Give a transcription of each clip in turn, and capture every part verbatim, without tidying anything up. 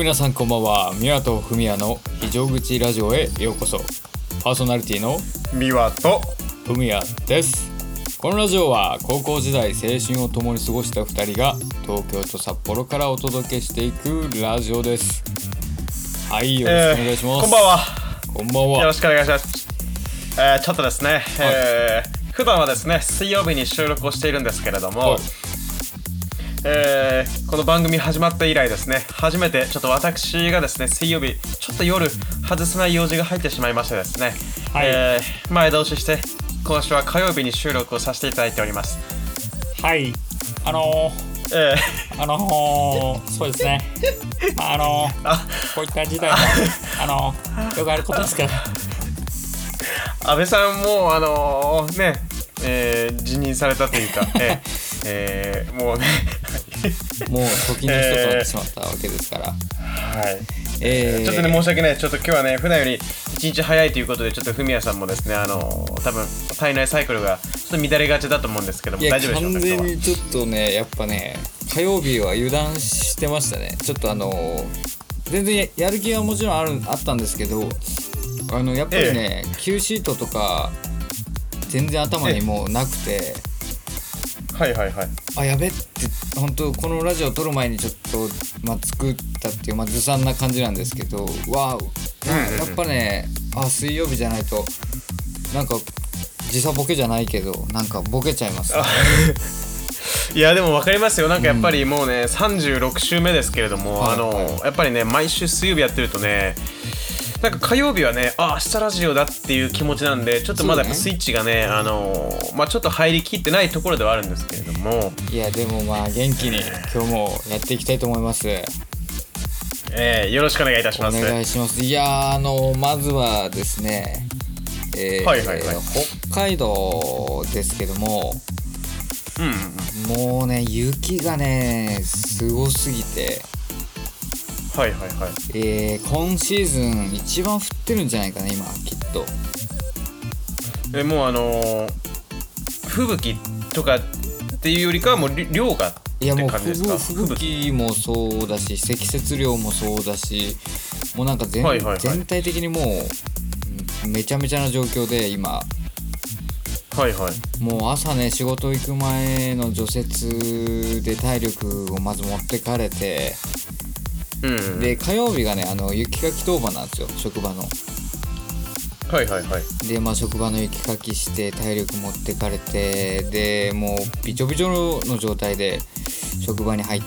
皆さんこんばんは。宮と文也の非常口ラジオへようこそ。パーソナリティの美和と文也です。このラジオは高校時代青春を共に過ごしたふたりが東京と札幌からお届けしていくラジオです。はい、よろしくお願いします。 えー、こんばんは。 こんばんは。 よろしくお願いします。えー、ちょっとですね、はい、えー、普段はですね水曜日に収録をしているんですけれども、はい、えー、この番組始まって以来ですね、初めてちょっと私がですね水曜日ちょっと夜外せない用事が入ってしまいましてですね、はい、えー、前倒しして今週は火曜日に収録をさせていただいております。 はい、あのー、えー、あのー、そうですねあのー、あこういった時代があのー、よくあることですから安倍さんもあのー、ね、えー、辞任されたというか、えーえー、もうねもう時の人となってしまったわけですから、 えー、はい、 えー、 ちょっとね申し訳ない。ちょっと今日はね普段より一日早いということで、ちょっと文也さんもですね、あのー、多分体内サイクルがちょっと乱れがちだと思うんですけども、大丈夫でしょうか。 完全にちょっとね、やっぱね火曜日は油断してましたね。ちょっとあのー、全然やる気はもちろんあるあったんですけど、あのやっぱりね、ええ、Q シートとか全然頭にもうなくて、 はいはいはい、 あやべって本当このラジオを撮る前にちょっと、まあ、作ったっていう、まあ、ずさんな感じなんですけど、わあ、うんうんうん、やっぱね、あ水曜日じゃないとなんか時差ボケじゃないけどなんかボケちゃいますねいやでも分かりますよ。なんかやっぱりもうね、うん、さんじゅうろく週目ですけれども、はいはい、あのやっぱりね毎週水曜日やってるとね、なんか火曜日はね、あ明日ラジオだっていう気持ちなんで、ちょっとまだやっぱスイッチがね、あのまあちょっと入りきってないところではあるんですけれども、 いやでもまあ元気に今日もやっていきたいと思います。 えー、よろしくお願いいたします。 お願いします。いやあのまずはですね、えーはいはいはい、北海道ですけども、うんうん、もうね雪がねすごすぎて、 はいはいはい、 えー、今シーズン一番降ってるんじゃないかな今きっと。 えもうあのー、吹雪とかっていうよりかはもう量がって感じですか。 吹雪もそうだし積雪量もそうだし、もうなんか 全,、はいはいはい、全体的にもうめちゃめちゃな状況で今、 はいはい、 もう朝ね仕事行く前の除雪で体力をまず持ってかれて、うんうん、で火曜日がねあの雪かき当番なんですよ職場の。 はいはいはい。 でまあ職場の雪かきして体力持ってかれて、でもうびちょびちょの状態で職場に入って、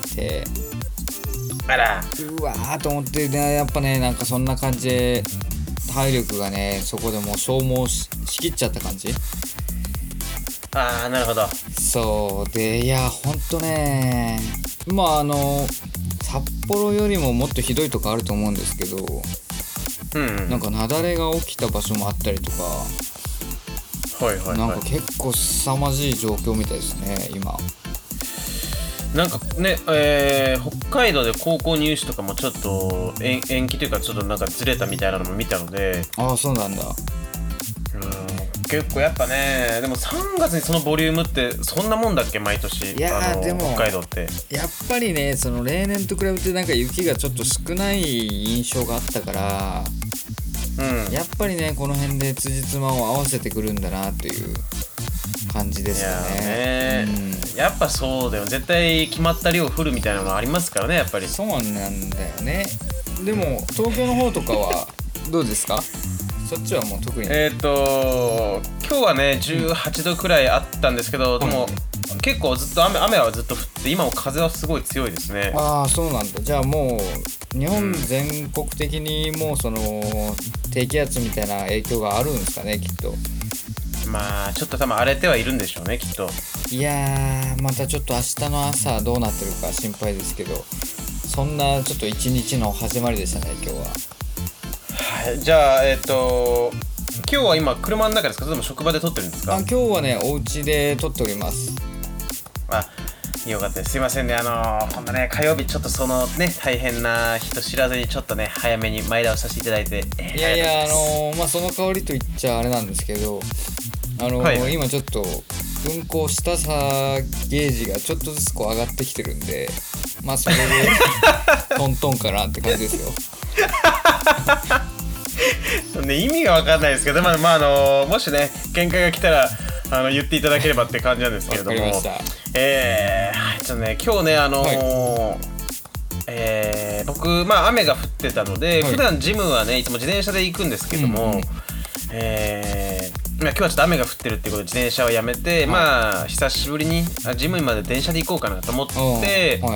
あらうわーと思って、ね、やっぱねなんかそんな感じで体力がねそこでもう消耗 し, しきっちゃった感じ。 ああなるほど。 そうでいやほんとねまああの札幌よりももっとひどいとこあると思うんですけど、うんうん、なんか雪崩が起きた場所もあったりとか、はいはいはい、なんか結構凄まじい状況みたいですね今。 なんかね、えー、北海道で高校入試とかもちょっと延, 延期というかちょっとなんかずれたみたいなのも見たので。 ああそうなんだ。 結構やっぱね、でもさんがつにそのボリュームってそんなもんだっけ毎年。 いやでも北海道ってやっぱりねその例年と比べてなんか雪がちょっと少ない印象があったから、うん、やっぱりねこの辺で辻褄を合わせてくるんだなという感じですよね。 いやね、うん、やっぱそうだよ。絶対決まった量降るみたいなのありますからねやっぱり。 そうなんだよね。でも東京の方とかはどうですかそっちはもう特に。 えっと今日はねじゅうはちどくらいあったんですけど、うん、でも結構ずっと 雨, 雨はずっと降って今も風はすごい強いですね。 ああそうなんだ。じゃあもう日本全国的にもうその低気圧みたいな影響があるんですかねきっと。 まあちょっと多分荒れてはいるんでしょうねきっと。 いやーまたちょっと明日の朝どうなってるか心配ですけど、そんなちょっと一日の始まりでしたね今日は。 はい、じゃあえっと今日は今車の中ですか、それとも職場で撮ってるんですか。 あ今日はねお家で撮っております。あよかったです。すいませんね、あのー、こんなね火曜日ちょっとそのね大変な人知らずにちょっとね早めに前倒しさせていただいて、 えー、いやいやあのー、まあその代わりと言っちゃあれなんですけど、あのーはい、今ちょっと運行したさゲージがちょっとずつこう上がってきてるんで、 まあそれでトントンかなって感じですよね、意味が分かんないですけど、まあ、まあ、あのもしね限界が来たらあの言っていただければって感じなんですけれども、えー、ちょっとね今日ねあのーはいえー、僕まあ雨が降ってたので、はい、普段ジムはねいつも自転車で行くんですけども、うんうん、えー、今日はちょっと雨が降ってるってことで自転車をやめて、はい、まあ久しぶりにジムまで電車で行こうかなと思って、はい、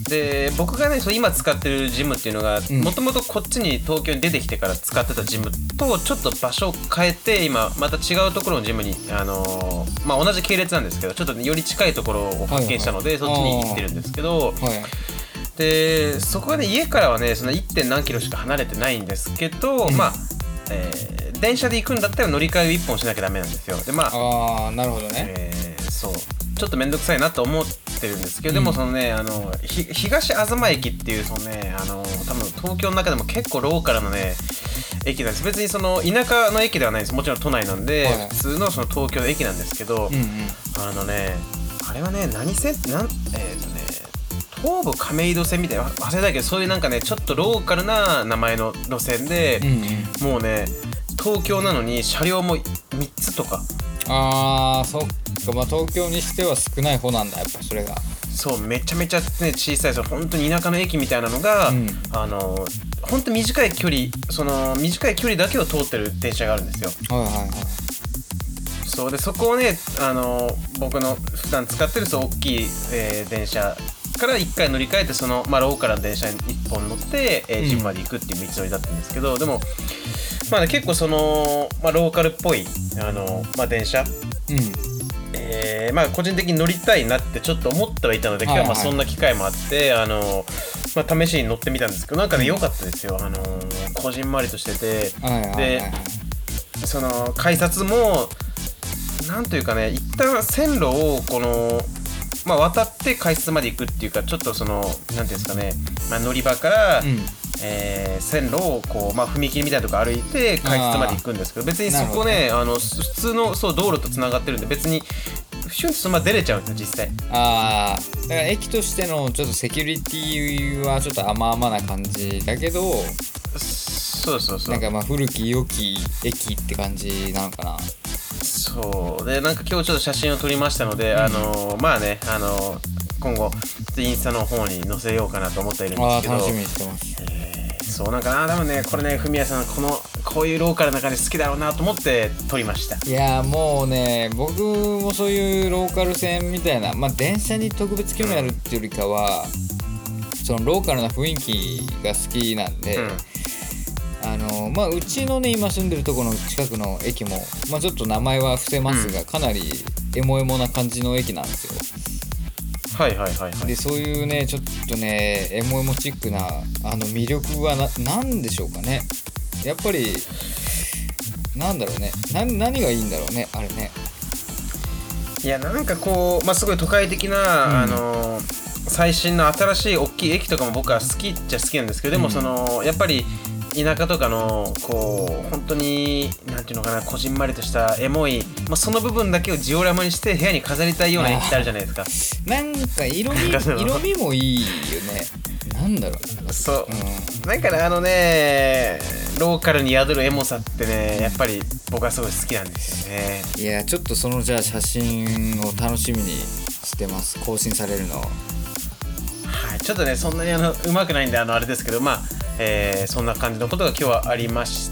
で僕がねそう今使ってるジムっていうのがもともとこっちに東京に出てきてから使ってたジムとちょっと場所を変えて今また違うところのジムに、あのー、まあ同じ系列なんですけどちょっとより近いところを発見したので、はいはい、そっちに行ってるんですけど、はい、でそこはね家からはねその いってん何キロしか離れてないんですけど、うん、まあ、えー、電車で行くんだったら乗り換えをいっぽんしなきゃダメなんですよ。でまああーなるほどね、 えー、そうちょっと面倒くさいなと思ってるんですけど、うん、でもそのねあのひ東あずま駅っていうそのねあの多分東京の中でも結構ローカルのね駅なんです。別にその田舎の駅ではないんです。もちろん都内なんで、はい、普通のその東京の駅なんですけど、うんうん、あのねあれはね何線なんえっ、ー、とね東武亀戸線みたいな忘れたけどそういうなんかねちょっとローカルな名前の路線で、うんうん、もうね東京なのに車両もみっつとか。 あーそっか、まあ東京にしては少ない方なんだやっぱそれが。 そうめちゃめちゃ、ね、小さいですよ本当に田舎の駅みたいなのが、うん、あの本当短い距離その短い距離だけを通ってる電車があるんですよ。はいはいはい。そうでそこをねあの僕の普段使ってるそう大きい、えー、電車からいっかい乗り換えてその、まあ、ローカルな電車にいっぽん乗って、えー、ジムまで行くっていう道のりだったんですけど、うん、でも、まあね、結構その、まあ、ローカルっぽいあの、まあ、電車、うんえーまあ、個人的に乗りたいなってちょっと思ってはいたので今日はまあそんな機会もあって、はいはい、あのまあ、試しに乗ってみたんですけどなんかね良かったですよ。あのこじんまりとしてて、はいはいはい、でその改札もなんというかね一旦線路をこのまあ、渡って改札まで行くっていうかちょっとそのなんていうんですかね、まあ、乗り場から、うんえー、線路をこう、まあ、踏切みたいなとこ歩いて改札まで行くんですけど別にそこねあの普通のそう道路とつながってるんで別にシュンとそのまま出れちゃうんですよ実際。 ああだから駅としてのちょっとセキュリティはちょっと甘々な感じだけどそうそうそうなんかまあ古き良き駅って感じなのかな。 そうでなんか今日ちょっと写真を撮りましたので、うん、あのまあねあの今後インスタの方に載せようかなと思っているんですけどあ楽しみにしてます、 えー、そうなんかな多分ねこれねふみやさんこのこういうローカルな感じ好きだろうなと思って撮りました。 いやもうね僕もそういうローカル線みたいなまあ電車に特別興味あるっていうよりかは、うん、そのローカルな雰囲気が好きなんで、うんあのまあ、うちのね今住んでるところの近くの駅も、まあ、ちょっと名前は伏せますが、うん、かなりエモエモな感じの駅なんですよ。 はいはいはい、はい、 でそういうねちょっとねエモエモチックなあの魅力はななんでしょうかね。やっぱりなんだろうねな何がいいんだろうねあれね。 いやなんかこう、まあ、すごい都会的な、うん、あの最新の新しい大きい駅とかも僕は好きっちゃ好きなんですけど、でもその、うん、やっぱり田舎とかのこう本当になんていうのかなこじんまりとしたエモい、まあ、その部分だけをジオラマにして部屋に飾りたいような駅ってあるじゃないですか。 なんか色味色味もいいよね。なんだろうそう、うん、なんかねあのねローカルに宿るエモさってねやっぱり僕はすごい好きなんですよね。 いやちょっとそのじゃあ写真を楽しみにしてます。更新されるの。 はい、ちょっとねそんなにあのうまくないんであのあれですけどまあえー、そんな感じのことが今日はありまして、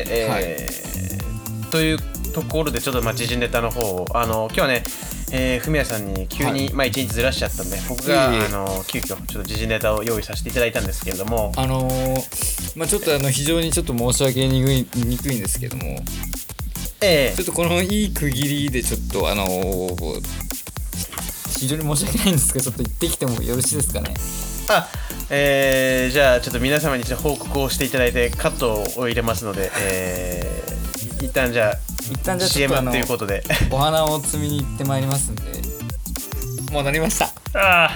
えーはい、というところでちょっとまあ時事ネタの方をあの今日はね、えー、ふみやさんに急に、はいまあ、いちにちずらしちゃったんで僕が、えー、あの急遽ちょっと時事ネタを用意させていただいたんですけれどもあのー、まあちょっとあの非常にちょっと申し訳にくい、にくいんですけども、えー、ちょっとこのいい区切りでちょっとあのー、非常に申し訳ないんですがちょっと言ってきてもよろしいですかね。 あえー、じゃあちょっと皆様にちょっと報告をしていただいてカットを入れますので、えー、一旦じゃあ一旦じゃあちょっとシーエム ということでお花を摘みに行ってまいりますんでもうなりました。 あ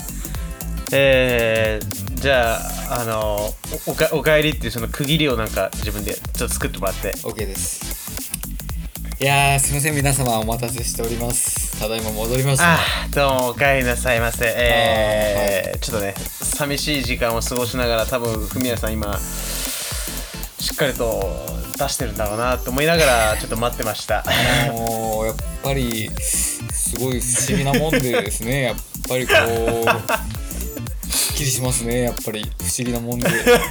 えー、じゃああのお, お, かお帰りっていうその区切りをなんか自分でちょっと作ってもらって OK です。いやーすいません皆様お待たせしております。 ただいま戻りました。 あ、どうもお帰りなさいませ。えーはい、ちょっとね寂しい時間を過ごしながら、多分フミヤさん今しっかりと出してるんだろうなと思いながらちょっと待ってました。 もうやっぱりすごい不思議なもんでですねやっぱりこうすっきりしますね。やっぱり不思議なもんで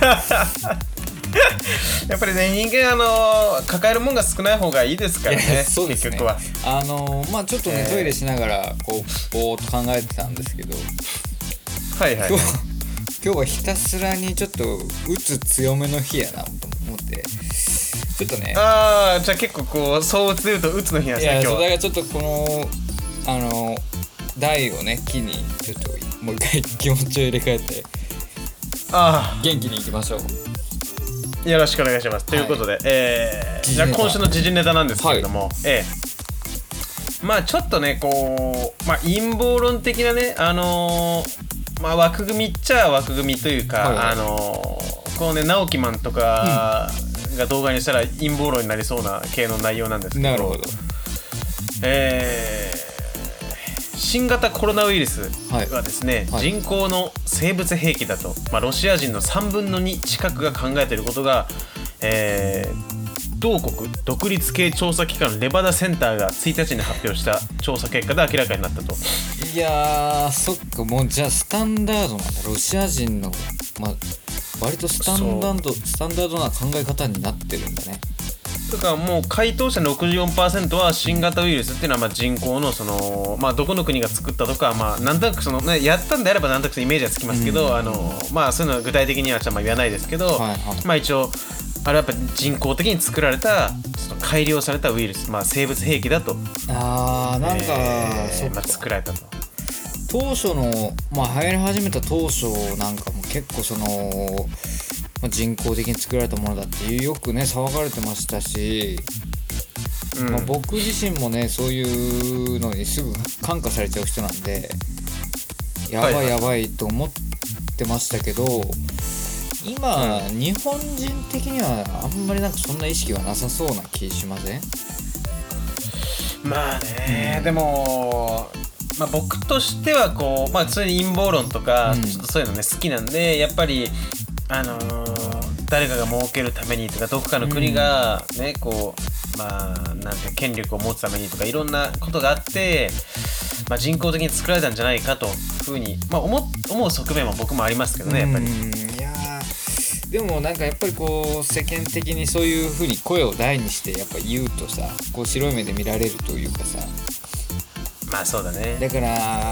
やっぱりね、人間あの抱えるもんが少ない方がいいですからね。 そうですね、 結局はあのまあちょっとね、えー、トイレしながらこうぼーっと考えてたんですけど、 はいはい、はい、 今日今日はひたすらにちょっとうつ強めの日やなと思ってちょっとね、 ああ、じゃあ結構こうそううつでいうとうつの日なんですね。 いや、 今日はそれがちょっとこのあの台をね機にちょっともう一回気持ちを入れ替えて、あ元気にいきましょう。 よろしくお願いします。ということで、はい、えー、じゃあ今週の時事ネタなんですけれども、はい、えー、まあちょっとねこう、まあ、陰謀論的なね、あのー、まあ枠組みっちゃ枠組みというか、はいはい、あのー、こうね直木マンとかが動画にしたら陰謀論になりそうな系の内容なんですけど、 なるほど、 えー新型コロナウイルスはですね、はいはい、人工の生物兵器だと、まあ、ロシア人のさんぶんのに近くが考えていることが、えー、同国独立系調査機関レバダセンターがついたちに発表した調査結果で明らかになったと。 いやー、そっか、もうじゃあスタンダードなんだ、ロシア人の、まあ、割とスタンダードスタンダードな考え方になってるんだね。 だからもう回答者の ろくじゅうよんパーセント は新型ウイルスっていうのはまあ人工のそのまあどこの国が作ったとか、まあなんとなくそのねやったんであればなんとなくイメージはつきますけど、あのまあそういうのは具体的にはちょっとまあ言わないですけど、はいはい、まあ一応あれはやっぱ人工的に作られたその改良されたウイルス、まあ生物兵器だと、 あーなんか、 えー、 そうか、 まあ、作られたと。 当初のまあ流行り始めた当初なんかも結構その人工的に作られたものだっていうよくね騒がれてましたし、うんまあ、僕自身もねそういうのにすぐ感化されちゃう人なんでやばいやばいと思ってましたけど、はいはい、今、うん、日本人的にはあんまりなんかそんな意識はなさそうな気しません？ まあね、うん、でもまあ、僕としてはこう、まあ、そういう陰謀論とか、うん、ちょっとそういうのね好きなんで、やっぱりあのー、誰かが儲けるためにとかどこかの国がね、うん、こうまあなんて権力を持つためにとかいろんなことがあって、まあ、人工的に作られたんじゃないかというふうに、まあ、思, 思う側面も僕もありますけどね、やっぱり。 いやでもなんかやっぱりこう世間的にそういうふうに声を大にしてやっぱ言うとさ、こう白い目で見られるというかさ、 まあそうだね。 だから、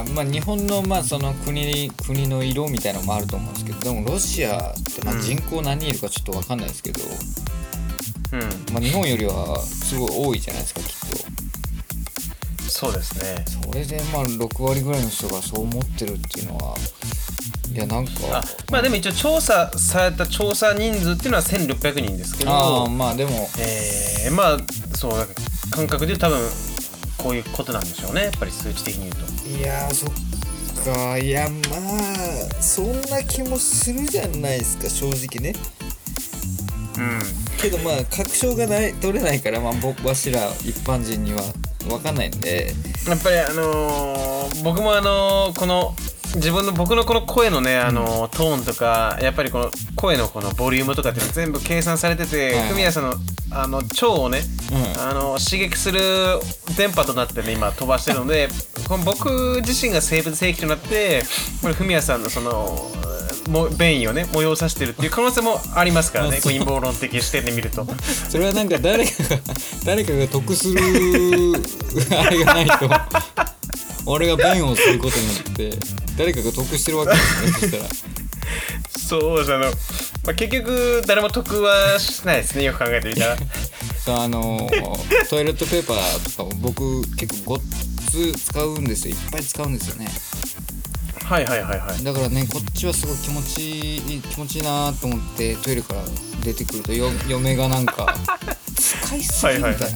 まあ、日本のまあその 国, 国の色みたいなのもあると思うんですけど、でもロシアってまあ人口何人いるかちょっと分かんないですけど、うんまあ、日本よりはすごい多いじゃないですかきっと。そうですね。 それでまあろくわりぐらいの人がそう思ってるっていうのは、いやなんかあまあでも一応調査された調査人数っていうのはせんろっぴゃくにんですけど、 あまあでもえー、まあそう感覚で言うと多分こういうことなんでしょうね、やっぱり数値的に言うと。 いやーそっか、いやまあそんな気もするじゃないですか正直ね。うんけどまあ確証がない取れないから、まあ僕わしら一般人には分かんないんで、 やっぱりあのー、僕もあのー、この自分の僕のこの声のね、あのー、トーンとかやっぱりこの声のこのボリュームとかっていうの全部計算されてて、フミヤさんのあの腸をね、うん、あの刺激する電波となってね今飛ばしてるのでこの僕自身が生物兵器となってこれフミヤさんのそのも便意をね催させてるっていう可能性もありますからね陰謀論的視点で見るとそれはなんか誰かが誰かが得するあれがないと俺が便をすることによって誰かが得してるわけですねそしたらそうですあの、まあ、結局誰も得はしないですねよく考えてみたらそうあのトイレットペーパーとかも僕結構ごっつ使うんですよいっぱい使うんですよねはいはいはいはいだからねこっちはすごい気持ちいい気持ちいいなと思ってトイレから出てくるとよ嫁がなんか使いすぎみたいな、はいはいはい、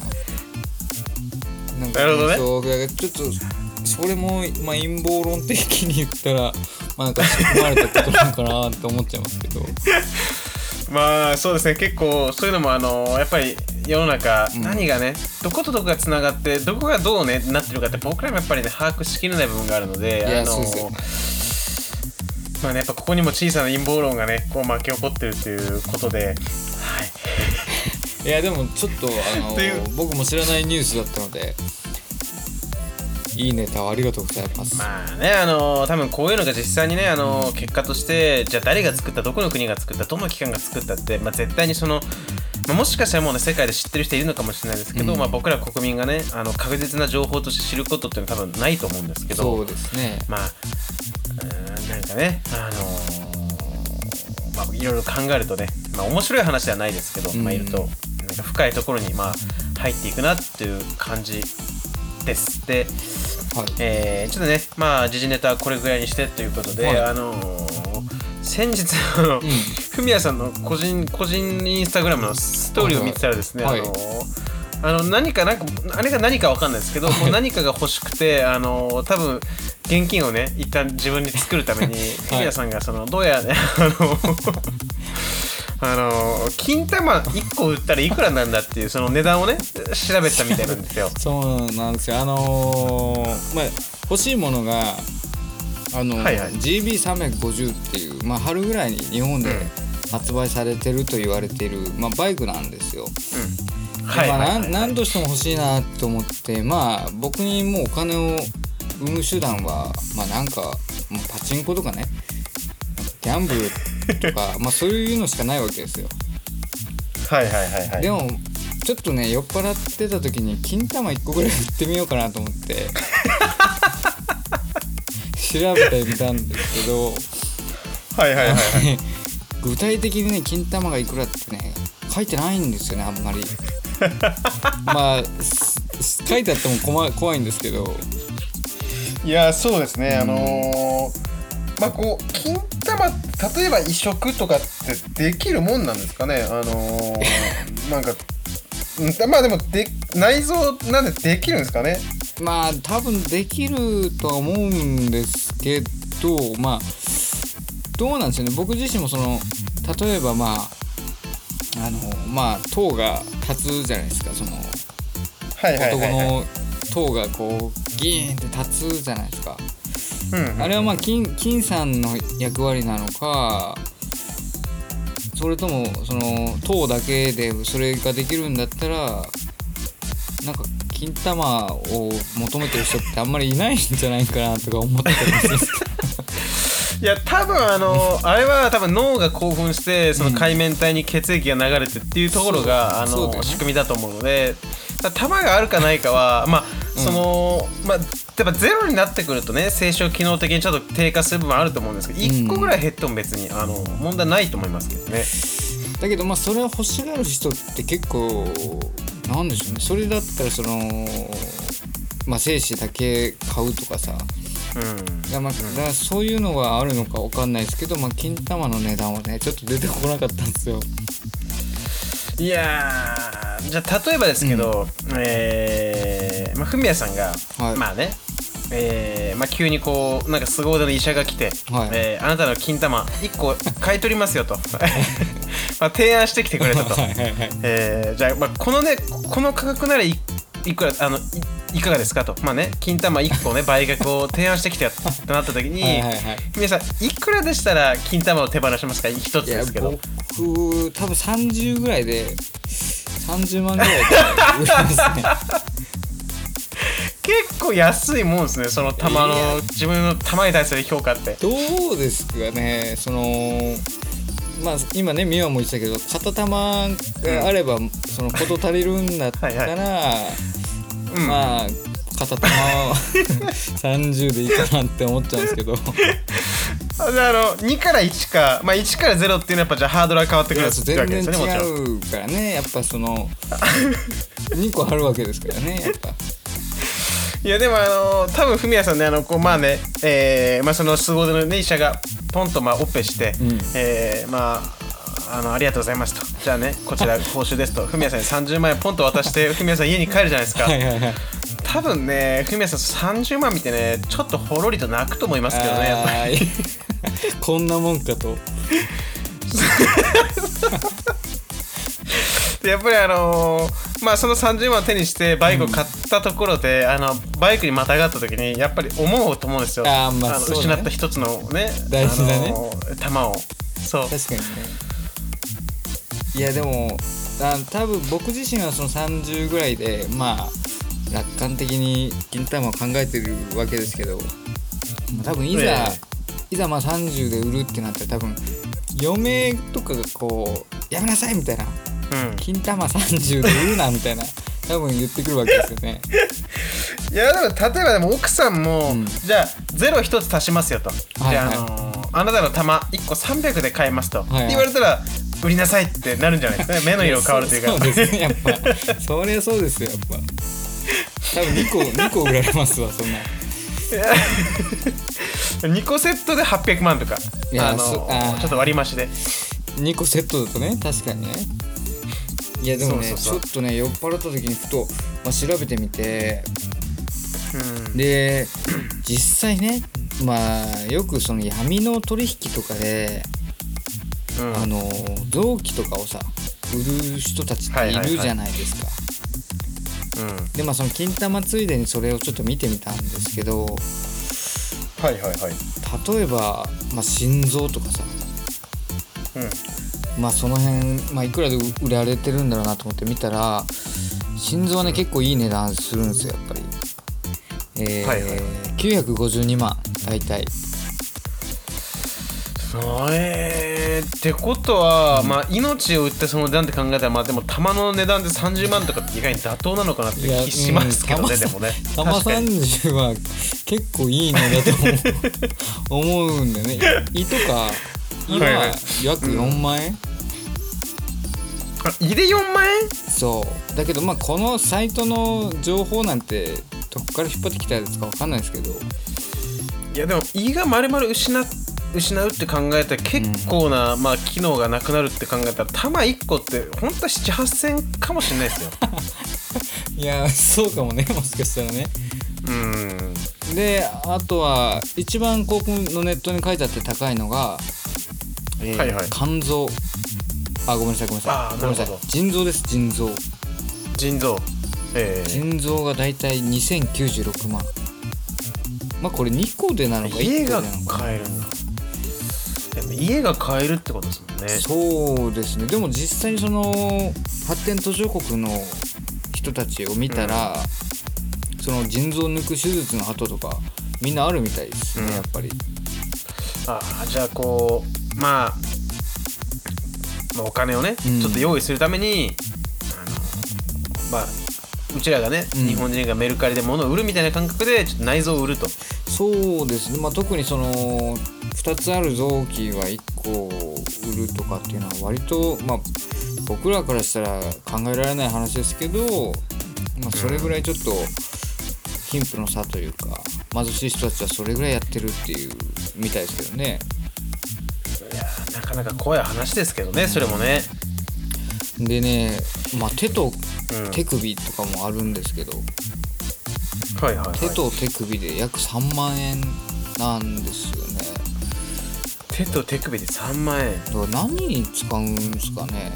なんか、ね、なるほどねそうちょっとそれも、まあ、陰謀論的に言ったら、まあ、なんか仕組まれたことなのかなって思っちゃいますけどまあそうですね結構そういうのもあのやっぱり世の中、 うん、 何がねどことどこがつながってどこがどうねなってるかって僕らもやっぱりね把握しきれない部分があるので、あのまあねやっぱここにも小さな陰謀論がねこう巻き起こってるっていうことで、はいいやでもちょっとあの僕も知らないニュースだったのでいいネタをありがとうございます。 まあねあの多分こういうのが実際にねあの結果としてじゃあ誰が作ったどこの国が作ったどの機関が作ったって、まあ、絶対にその、まあ、もしかしたらもうね世界で知ってる人いるのかもしれないですけど、うんまあ、僕ら国民がねあの確実な情報として知ることっていうのは多分ないと思うんですけど、 そうですねまあうんなんかねあのー、まあいろいろ考えるとねまあ面白い話ではないですけど、うんまあ、いるとなんか深いところにまあ入っていくなっていう感じです。ではいえー、ちょっとねまあ時事ネタはこれぐらいにしてということで、はい、あのー、先日のフミヤさんの個人個人インスタグラムのストーリーを見てたらですね、はいはい、あのー、あの何かなんかあれが何かわかんないですけど、はい、もう何かが欲しくてあのー、多分現金をね一旦自分に作るためにフミヤさんがそのどうやらねあのあのー、金玉いっこ売ったらいくらなんだっていうその値段をね調べてたみたいなんですよ。 そうなんですよ。あのー、まあ欲しいものがあのーはいはい、ジービーさんびゃくごじゅう っていう、まあ、春ぐらいに日本で発売されてると言われている、まあ、バイクなんですよ。うんはいはいはいはい、まあ、何としても欲しいなと思ってまあ僕にもうお金を生む手段はまあなんかもうパチンコとかねギャンブルとかまあそういうのしかないわけですよ。 はいはいはいはい。 でもちょっとね酔っ払ってた時に金玉いっこぐらい売ってみようかなと思って調べてみたんですけどはいはいはい、はい、 具体的にね金玉がいくらってね書いてないんですよねあんまりまあ書いてあっても怖い、怖いんですけどいやそうですね、うん、あのーまあこう金玉例えば移植とかってできるもんなんですかね。あのー、なんかまあでもで内臓なんでできるんですかね。 まあ多分できるとは思うんですけどまあどうなんですよね。僕自身もその例えばまああのまあ糖が立つじゃないですか。その、はいはいはいはい、男の糖がこうギーンって立つじゃないですか。うんうんうん、あれはまあ 金, 金さんの役割なのかそれともその糖だけでそれができるんだったらなんか金玉を求めてる人ってあんまりいないんじゃないかなとか思ってたんですけどいや多分あのあれは多分脳が興奮してその海綿体に血液が流れてっていうところが、うん、あの、ね、仕組みだと思うので玉があるかないかはまあその、うん、まあやっぱゼロになってくるとね生殖機能的にちょっと低下する部分あると思うんですけど、うん、いっこぐらい減っても別にあの問題ないと思いますけどね。 だけどまあそれを欲しがる人って結構なんでしょうね。それだったらそのまあ精子だけ買うとかさ、うんだまあ、だからそういうのがあるのか分かんないですけど、まあ、金玉の値段はねちょっと出てこなかったんですよ。 いやーじゃあ例えばですけど、うんえーまあ、フミヤさんが、はい、まあねえーまあ、急にこうなんか凄腕の医者が来て、はいえー、あなたの金玉いっこ買い取りますよとまあ提案してきてくれたとはいはい、はいえー、じゃあ、まあ、このねこの価格なら い, いくらあの い, いかがですかとまあね金玉いっこね売却を提案してきたとなった時にはいはい、はい、皆さんいくらでしたら金玉を手放しますか。一つですけど僕多分さんじゅうぐらいでさんじゅうまんぐらいで売りますね結構安いもんですね。その玉の自分の玉に対する評価ってどうですかね。そのまあ今ねミワも言ってたけど片玉があればその事足りるんだったらはい、はいうん、まあ片玉はさんじゅうでいいかなって思っちゃうんですけどあのにからいちか、まあ、いちからゼロっていうのはやっぱじゃあハードルが変わってくるわけですよね。 全然違うからねやっぱそのにこあるわけですからねやっぱいやでもあの多分フミヤさんねあのこうまあね、えー、まあその凄腕のね医者がポンとまあオペして、うんえー、まああのありがとうございますとじゃあねこちら報酬ですとフミヤさんにさんじゅうまんえんポンと渡してフミヤさん家に帰るじゃないですかはいはい、はい、多分ねフミヤさんさんじゅうまん見てねちょっとほろりと泣くと思いますけどねやっぱりこんなもんかとでやっぱりあのー、まあそのさんじゅうまん手にしてバイクを買ったところで、うん、あのバイクにまたがった時にやっぱり思うと思うんですよ。 あ、まああのそうね、 失った一つのね大事なね、 あのー、玉を。そう確かにね。いやでもあ多分僕自身はそのさんじゅうぐらいでまあ楽観的に金玉を考えてるわけですけど、多分いざ、えー、いざまあさんじゅうで売るってなったら多分嫁とかがこうやめなさいみたいな、うん、金玉さんじゅうで売るなみたいな多分言ってくるわけですよね。 いやでも例えばでも奥さんも、うん、じゃあゼロ一つ足しますよと、はいはい、であのー、あなたの玉いっこさんびゃくで買えますと、はいはい、って言われたら売りなさいってなるんじゃないですかね。目の色変わるというか。 そうですね、やっぱそりゃそうですよ、やっぱ多分にこにこ売られますわそんな。 にこセットではっぴゃくまんとか、いやあのー、ちょっと割り増しでにこセットだとね、確かにね。いやでもね、そうそうそう、ちょっとね酔っ払った時にふと、まあ、調べてみて、うん、で実際ね、まあよくその闇の取引とかで、うん、あの臓器とかをさ売る人たちっているじゃないですか。はいはいはい、うん、でまあその金玉ついでにそれをちょっと見てみたんですけど、 はいはいはい、 例えば、まあ、心臓とかさ、うん、まあその辺、まあ、いくらで売られてるんだろうなと思って見たら、心臓はね、うん、結構いい値段するんですよやっぱり。えーはいはい、きゅうひゃくごじゅうにまん大体。 えー、ってことは、うん、まあ命を売ってその値段って考えたら、まあでも玉の値段でさんじゅうまんとかって意外に妥当なのかなって気しますけどね。でもね、 玉さんじゅうは結構いい値段だと思うんだよね。胃とか胃は約よんまんえん、うん、 あ、胃でよんまんえん。 そうだけど、まあこのサイトの情報なんてどっから引っ張ってきたやつか分かんないですけど、 いやでも胃が丸々失って失うって考えたら結構な、うん、まあ機能がなくなるって考えたら玉いっこって本当はなな、はっせんかもしれないですよ。 いやそうかもね、もしかしたらね。うんであとは一番広告のネットに書いてあって高いのが、えーはいはい、肝臓、あごめんなさいごめんなさいごめんなさい腎臓です。腎臓腎臓、えー、 腎臓がだいたいにせんきゅうじゅうろくまん。まあこれにこでなのかいっこでなのか。 家が買えるんだ。でも家が買えるってことですもんね。 そうですね。でも実際にその発展途上国の人たちを見たら、うん、その腎臓を抜く手術の後とかみんなあるみたいですね、うん、やっぱり。 ああ、じゃあこう、まあ、まあお金をね、うん、ちょっと用意するためにあのまあうちらがね、うん、日本人がメルカリで物を売るみたいな感覚でちょっと内臓を売ると。 そうですね、まあ、特にそのふたつある臓器はいっこ売るとかっていうのは割と、まあ、僕らからしたら考えられない話ですけど、まあ、それぐらいちょっと貧富の差というか貧しい人たちはそれぐらいやってるっていうみたいですけどね。 いやなかなか怖い話ですけどね、それもね。 でね、まあ、手と手首とかもあるんですけど、 うんはいはいはい、 手と手首で約さんまんえんなんですよね。 手と手首でさんまんえん。 だから何に使うんですかね。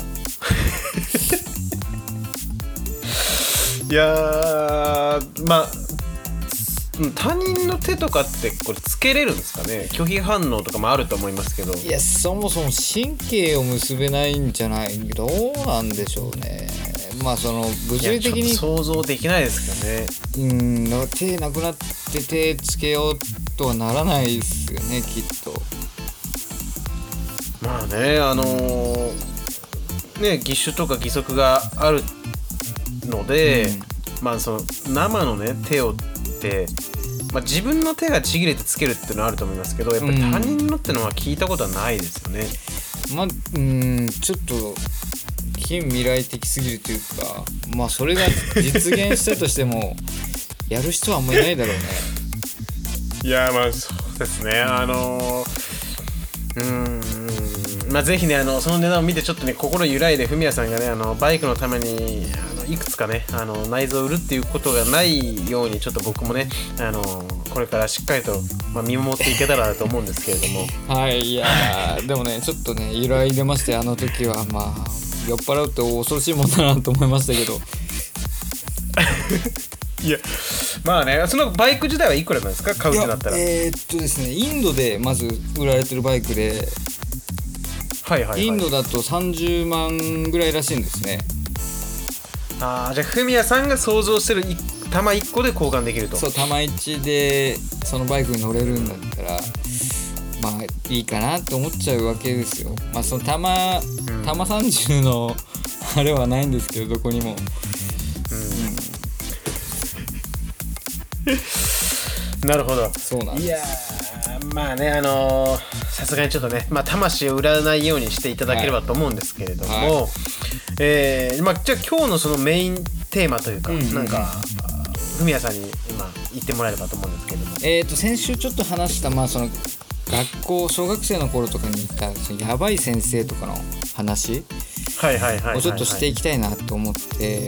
いやまあ他人の手とかってこれつけれるんですかね。拒否反応とかもあると思いますけど。 いやそもそも神経を結べないんじゃない、どうなんでしょうね。まあその物理的に想像できないですけどね。 うん、手なくなって手つけようとはならないですよね、きっと。 まあね、あのー、ね義手とか義足があるので、うん、まあその生のね手をって、まあ、自分の手がちぎれてつけるっていうのはあると思いますけど、やっぱり他人のってのは聞いたことはないですよね。 うん、まあうんちょっと近未来的すぎるというか、まあそれが実現したとしてもやる人はあんまりいないだろうね。 いやまあそうですね、あのー、うーんまあぜひね、あのその値段を見てちょっとね心揺らいでフミヤさんがね、あのバイクのためにあのいくつかねあの内臓を売るっていうことがないように、ちょっと僕もねあのこれからしっかりと、まあ、見守っていけたらと思うんですけれども。 はい、いやでもねちょっとね揺らいでまして、あの時はまあ酔っ払うって恐ろしいもんだなと思いましたけどいやまあね、そのバイク自体はいくらなんですか、買うってなったら。 えー、っとですねインドでまず売られてるバイクで、 はいはいはい、 インドだとさんじゅうまんぐらいらしいんですね。 ああ、じゃあフミヤさんが想像してる玉いっこで交換できると。 そう、玉いちでそのバイクに乗れるんだったらまあいいかなって思っちゃうわけですよ。まあその玉、うん、玉さんじゅうのあれはないんですけどどこにも、 うんうん、なるほど。 そうなんです。 いやまあね、あのさすがにちょっとね、まあ、魂を売らないようにしていただければと思うんですけれども、はいはい、えーまあ、じゃあ今日のそのメインテーマというか、うんうんうん、なんかフミヤさんに今言ってもらえればと思うんですけれども、 えーと先週ちょっと話した、まあ、その学校小学生の頃とかに行ったそのやばい先生とかの話をちょっとしていきたいなと思って、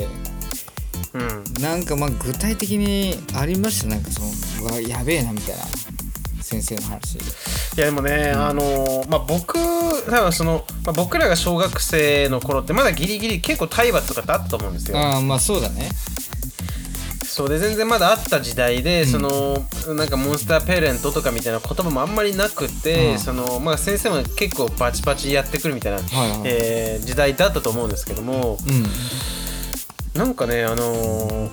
うん、なんかまあ具体的にありました。なんかそのうわやべえなみたいな先生の話。 いやでもね、うん、あのまあ僕多分その、まあ、僕らが小学生の頃ってまだギリギリ結構体罰とかってあったと思うんですよ。 ああまあそうだね。 そうで全然まだあった時代で、うん、そのなんかモンスターペアレントとかみたいな言葉もあんまりなくて、うん、そのまあ先生も結構バチバチやってくるみたいな、はいはい、えー、時代だったと思うんですけども、うん、なんかねあのー、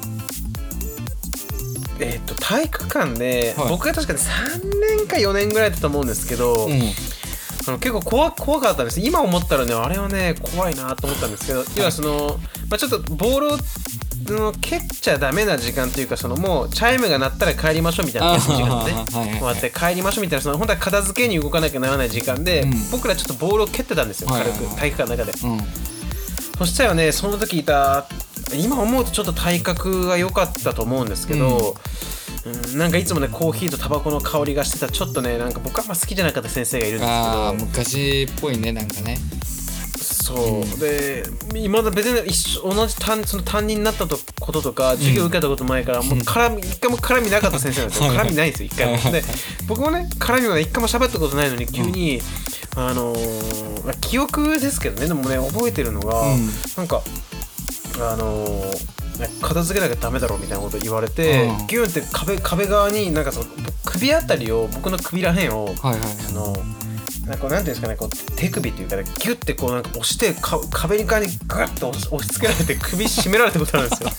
えー、っと体育館で、はい、僕が確かにさんねんかよねんぐらいだと思うんですけど、うん、あの結構 怖, 怖かったんです。今思ったらねあれはね怖いなと思ったんですけど、はい、要はその、まあ、ちょっとボールをの蹴っちゃダメな時間というか、そのもうチャイムが鳴ったら帰りましょうみたいな時間でね終わって帰りましょうみたいな、その本当は片付けに動かなきゃならない時間で、うん、僕らちょっとボールを蹴ってたんですよ、軽く体育館の中で、うん、そしたらねその時いた今思うとちょっと体格が良かったと思うんですけど、うんうん、なんかいつもねコーヒーとタバコの香りがしてたちょっとねなんか僕はあんま好きじゃなかった先生がいるんですけど、 あ昔っぽいねなんかね。 そう、うん、で今だ別に一緒同じ担その担任になったこととか授業受けたことないから、うん、もう絡み一回も絡みなかった先生なんですよ。絡みないんですよ一回も。で僕もね絡みは一回も喋ったことないのに急に、うん、あのー、記憶ですけどねでもね覚えてるのが、うん、なんかあのー、片付けなきゃダメだろうみたいなこと言われて、うん、ギュンって 壁, 壁側になんかその首あたりを僕の首らへんを、はいはい、あのなんかなんていうんですかねこう手首っていうかねギュッてこうなんか押してか壁に側にガッと押し付けられて首絞められたことあるんですよ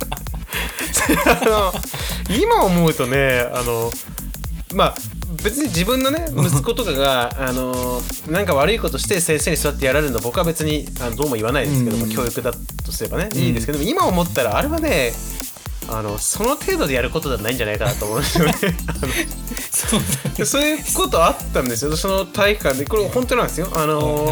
あの今思うとねあのまあ別に自分のね息子とかがあのなんか悪いことして先生に座ってやられるの僕は別にあのどうも言わないですけど、うん、教育だとすればね、うん、いいですけど今思ったらあれはねあのその程度でやることじゃないんじゃないかなと思うんですよねあのそうだね、そういうことあったんですよその体育館で。これ本当なんですよ。あの、はいはいはい、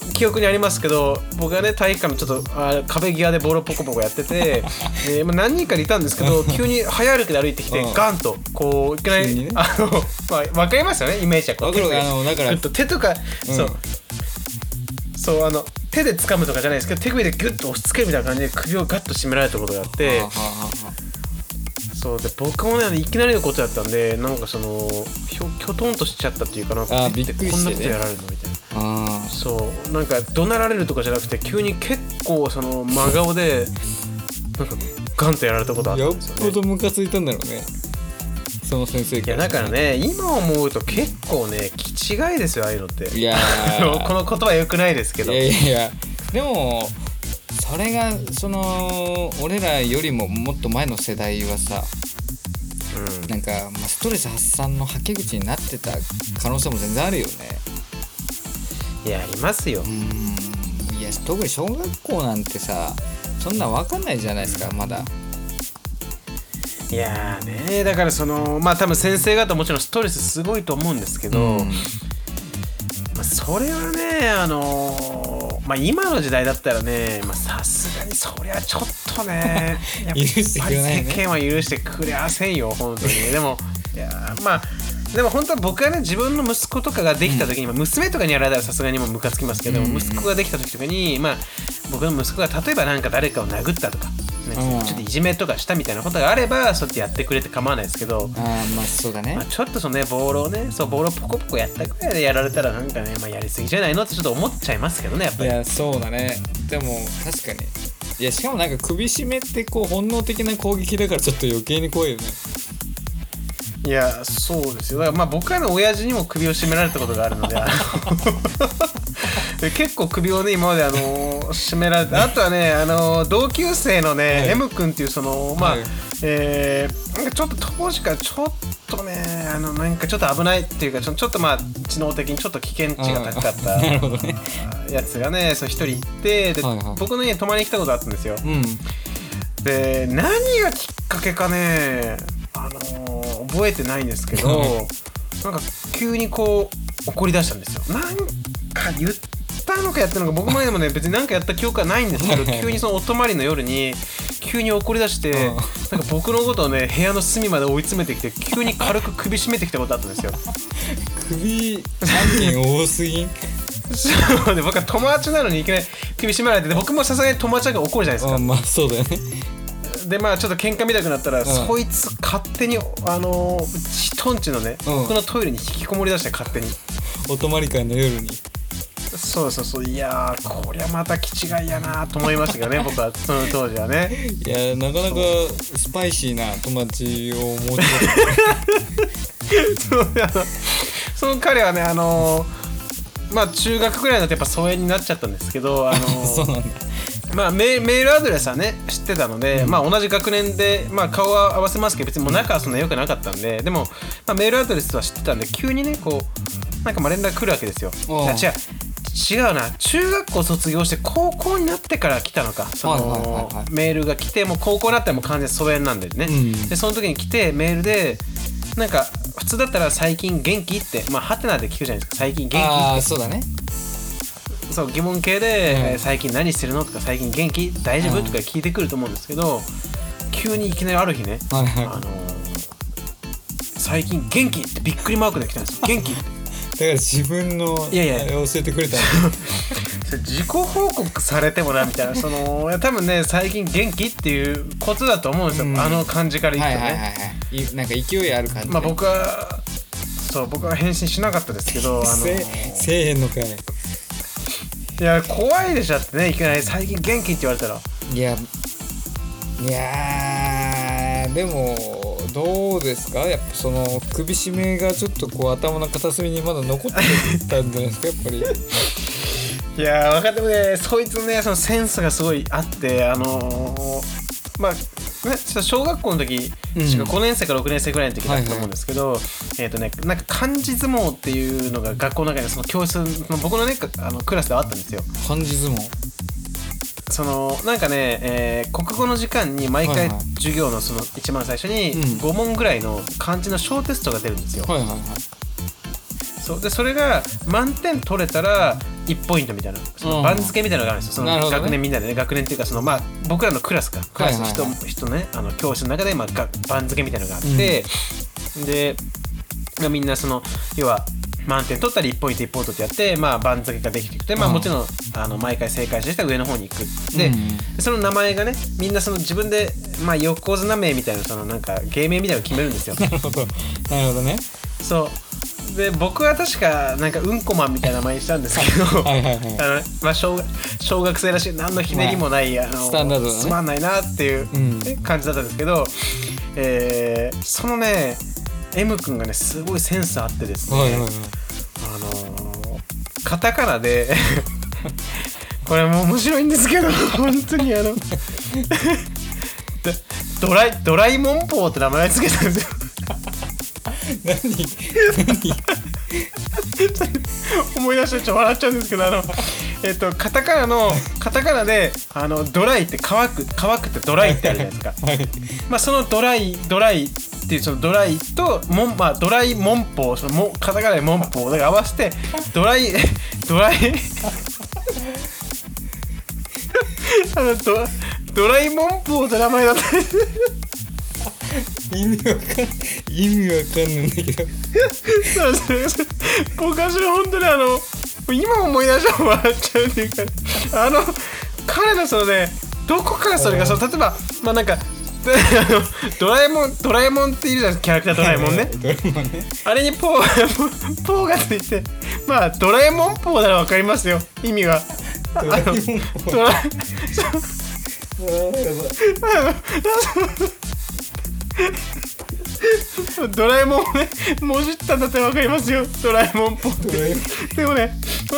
記憶にありますけど僕がね体育館のちょっとあ壁際でボールをポコポコやっててで、まあ、何人かいたんですけど急に早歩きで歩いてきてガンとこういきなり、ね、あの、まあ、分かりますよねイメージはこう分かるあのだから手とか、うん、そうそうあの手で掴むとかじゃないですけど手首でギュッと押し付けるみたいな感じで首をガッと締められたことがあって、はははそうで僕もねいきなりのことだったんでなんかそのひょきょとんとしちゃったっていうかなんかびっくりして、ね、 こんなことやられるのみたいな。あそうなんか怒鳴られるとかじゃなくて急に結構その真顔でなんかガンとやられたことあったんですよね。 よっぽどムカついたんだろうねその先生から、 ね、いやだからね今思うと結構ね気違いですよああいうのって。 いやこの言葉良くないですけど。 いやいやいやでもそれがその俺らよりももっと前の世代はさ、うん、なんか、まあ、ストレス発散のはけ口になってた可能性も全然あるよね。 いやありますよ。 うんいや特に小学校なんてさそんな分かんないじゃないですかまだ。 いやーねだからそのまあ多分先生方もちろんストレスすごいと思うんですけど、うんまあ、それはねあのーまあ、今の時代だったらねさすがにそりゃちょっとねやっぱり世間は許してくれませんよ本当にでもいやまあでも本当は僕はね自分の息子とかができた時に、うん、娘とかにやられたらさすがにもムカつきますけど、うん、息子ができた時とかにまあ僕の息子が例えばなんか誰かを殴ったとかね、ちょっといじめとかしたみたいなことがあればそうやってやってくれて構わないですけど、 あまあそうだね、 まあ、ちょっとそのねボールをねそうボールをポコポコやったくらいでやられたらなんかね、まあ、やりすぎじゃないのってちょっと思っちゃいますけどねやっぱり。 いやそうだね。でも確かにいやしかもなんか首絞めってこう本能的な攻撃だからちょっと余計に怖いよね。 いやそうですよ。だからまあ僕はね親父にも首を絞められたことがあるので結構首をね今まであの絞められて、あとはねあの同級生のね、はい、M 君っていうそのまあ、はい、えー、なんかちょっと当時からちょっとねあのなんかちょっと危ないっていうかちょっとまあ知能的にちょっと危険値が高かったなるほど、ね、 やつがねそう一人いてで、はいはい、僕の家に泊まりに来たことあったんですよ、うん、で何がきっかけかねあのー、覚えてないんですけどなんか急にこう怒り出したんですよ。なんか言ったのかやったのか僕前でもね別に何かやった記憶はないんですけど急にそのお泊まりの夜に急に怒り出してなんか僕のことをね部屋の隅まで追い詰めてきて急に軽く首絞めてきたことあったんですよ。 首案件多すぎんそうで僕は友達なのにいきなり首絞められてて僕もさすがに友達が怒るじゃないですか。 あまあそうだよね。 でまあちょっと喧嘩見たくなったら、うん、そいつ勝手にあの人んちのね、うん、僕のトイレに引きこもり出して勝手にお泊まり会の夜に。 そうそうそういやーこりゃまた気違いやなと思いましたけどね僕はその当時はね。 いやなかなかスパイシーな友達を持ちそうあのその彼はねあのまあ中学ぐらいのやっぱ疎遠になっちゃったんですけどあのそうなんだ。 まあ、メ, メールアドレスはね知ってたので、うんまあ、同じ学年で、まあ、顔は合わせますけど別にもう仲はそんな良くなかったんででも、まあ、メールアドレスは知ってたんで急にねこうなんかまあ連絡来るわけですよ。違う違うな中学校卒業して高校になってから来たのかその、はいはいはいはい、メールが来てもう高校になったらもう完全に疎遠なんでね、うん、でその時に来てメールでなんか普通だったら最近元気ってまあハテナで聞くじゃないですか最近元気ってあそうだねそう疑問系で、うん、最近何してるのとか最近元気大丈夫、うん、とか聞いてくると思うんですけど急にいきなりある日ね、はいはいあのー、最近元気ってびっくりマークで来たんですよ元気ってだから自分のいやいや教えてくれたそれ自己報告されてもなみたいなその多分ね最近元気っていうことだと思うんですよ、うん、あの感じから言うとね、はいはいはいはい、 なんか勢いある感じ、 まあ、僕はそう僕は返信しなかったですけどあのせせえへんのかい。 いや怖いでしょってねいきなり最近元気って言われたらいやいやでもどうですかやっぱその首絞めがちょっとこう頭の片隅にまだ残ってたんじゃないですかやっぱり。 いや分かってもねそいつのねそのセンスがすごいあってあのー、まあね、小学校の時、うん、ごねん生かろくねん生ぐらいの時だったと思うんですけど、はいはい、えーとね、なんか漢字相撲っていうのが学校の中にその教室の僕のねあのクラスではあったんですよ。 漢字相撲そのなんかね、えー、国語の時間に毎回授業のその一番最初にご問ぐらいの漢字の小テストが出るんですよ、 はいはいはい、 そうでそれが満点取れたらいちポイントみたいなその番付みたいなのがあるんですよ、その学年みんなでね学年っていうかそのまあ僕らのクラスかクラスの人、はいはいはい、人ねあの教室の中でまあ番付みたいなのがあって、うん、でみんなその要は満点取ったらいちポイントいちポイントってやってまあ番付ができてきてまあもちろんあの毎回正解した人は上の方に行くで、うん、その名前がねみんなその自分でまあ横綱名みたいなそのなんか芸名みたいなのを決めるんですよ。 なるほどなるほどね。 そうで僕は確かなんかうんこマンみたいな名前にしたんですけどはいはい、はい、あのまあ 小, 小学生らしい何のひねりもない、まあ、あのスタンダードだね、 つまんないなっていう、うん、感じだったんですけど、えー、そのね M 君がねすごいセンスあってですね、はいはいはい、あのー、カタカナでこれも面白いんですけど本当にあのドライドライモンポーって名前つけたんですよ。 何何思い出してちょっと笑っちゃうんですけどあのえっとカタカナのカタカナであのドライって乾く乾くってドライってあるじゃないですか、はい、まあそのドライドライっていうそのドライとモンまあドライモンポーそのもカタカナでモンポーだから合わせてドライドライあのドドライモンポーって名前だった意味わかん意味わかんないんだけどそうですね僕はそれ本当にあの今思い出したら笑っちゃうっていうかあの彼のそのねどこからそれがその例えばまあなんかドラえもんドラえもんっているじゃないですか、キャラクタードラえもんねドラえもんねあれにポーポーがついて、まあドラえもんポーならわかりますよ、意味は。 ドラえもんポードラドラえもんをねもじったんだってわかりますよ、ドラえもんポーってでもね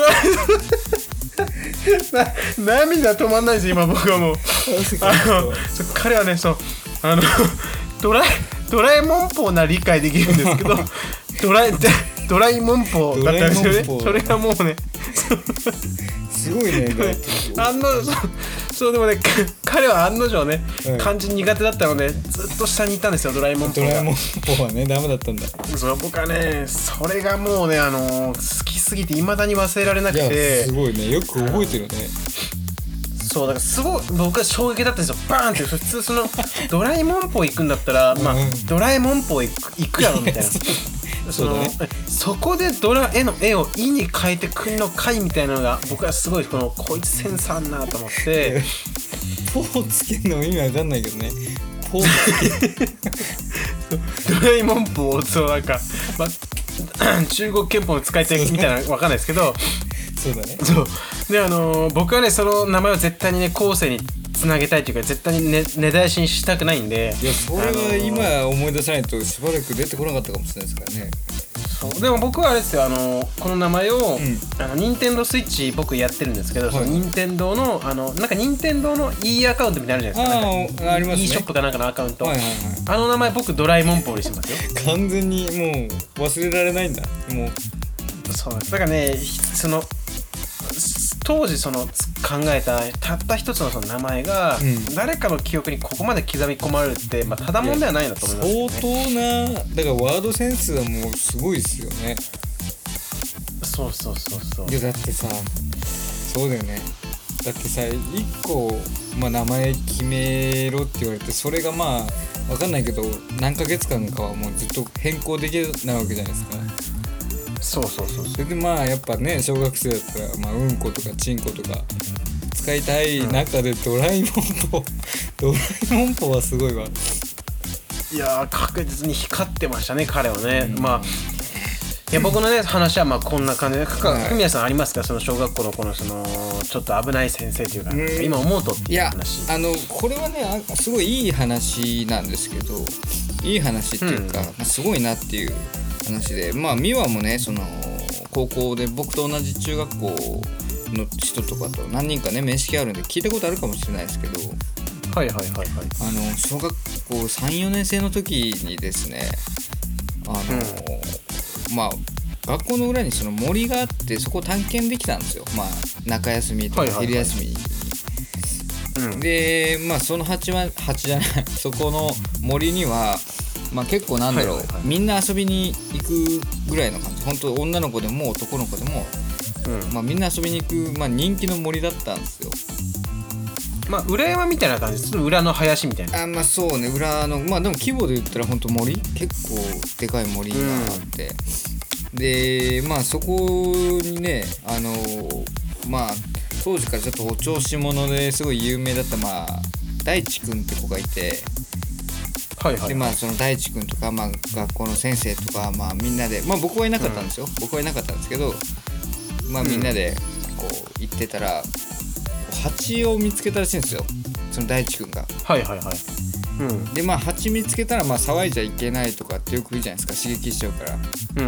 な涙止まんないです今僕はもうあの彼はねそうあのドラドラえもんぽな理解できるんですけどドラドラえもんぽだったんですよね。それがもうねすごいね案のそうそうでもね彼は案の定ね、うん、漢字苦手だったのでずっと下にいたんですよ、ドラえもんぽが。 ドラえもんぽはねダメだったんだ。 そう僕はねそれがもうねあの好きすぎて未だに忘れられなくて。 いやすごいね、よく覚えてるね。 そうだからすごい僕は衝撃だったんですよ、バーンって普通そのドラえもんぽ行くんだったら、まあ、ドラえもんぽ行く、行くやろみたいなその、ね、そこでドラ絵の絵を「い」に変えてくんのかいみたいなのが僕はすごいこのこいつセンスあんなと思ってポーつけるのも意味わかんないけどね、ポーつけドラえもんぽをそうなんか、まあ、中国憲法の使い手みたいなわかんないですけどそうだね。 そうであのー、僕はねその名前を絶対にね後世につなげたいというか絶対に根絶やしにしたくないんで。 いやそれは今思い出さないとしばらく出てこなかったかもしれないですからね。 そうでも僕はあれですよ、あのー、この名前を、うん、あの任天堂スイッチ僕やってるんですけど、はい、その任天堂のあのなんか任天堂の E アカウントみたいなのあるじゃないですか。 ああありますね。 E ショップかなんかのアカウント、 はいはいはい、 あの名前僕ドラえもんぽにしてますよ。 完全にもう忘れられないんだもう。 そうだからねその当時その考えたたった一つのその名前が、うん、誰かの記憶にここまで刻み込まれるって、まあ、ただもんではないなと思いますね。 相当なだからワードセンスはもうすごいですよね。 そうそうそうそう。 いやだってさそうだよね。だってさいっこ、まあ、名前決めろって言われてそれがまあ分かんないけど何ヶ月間かはもうずっと変更できないわけじゃないですか。 そうそうそうそう。 それでまあやっぱね小学生だったら、まあ、うんことかちんことか使いたい中でドラえもんぽ、うん、ドラえもんぽはすごいわ。 いや確実に光ってましたね彼はね、うん、まあいや僕のね話はまあこんな感じで、ふみやさんありますか、その小学校のこのそのちょっと危ない先生というか、うん、今思うとっていう話。 いやあのこれはねすごいいい話なんですけど、いい話っていうか、うんまあ、すごいなっていう話で、まあ美和もねその高校で僕と同じ中学校の人とかと何人かね面識あるんで聞いたことあるかもしれないですけど、 はいはいはいはい、 あの小学校 さん,よ 年生の時にですねあの、うん、まあ学校の裏にその森があってそこを探検できたんですよ。まあ中休みとか昼休みに、はいはいはい、でまあその蜂は蜂じゃないそこの森にはまあ結構なんだろう、はいはいはい、みんな遊びに行くぐらいの感じ、本当女の子でも男の子でも、うんまあ、みんな遊びに行く、まあ、人気の森だったんですよ。 まあ裏山みたいな感じです。裏の林みたいな。 あまあそうね、裏のまあでも規模で言ったら本当森結構でかい森があって、うん、でまあそこにねあのまあ当時からちょっとお調子者ですごい有名だったまあ大地くんって子がいて。はいはい、でまあその大地君とか、まあ、学校の先生とか、まあ、みんなで、まあ、僕はいなかったんですよ、うん、僕はいなかったんですけど、まあ、みんなでこう行ってたら、うん、蜂を見つけたらしいんですよ、その大地君が。 はいはいはい、 うん、でまあ蜂見つけたらまあ騒いじゃいけないとかってよく言うじゃないですか、刺激しちゃうから、うん、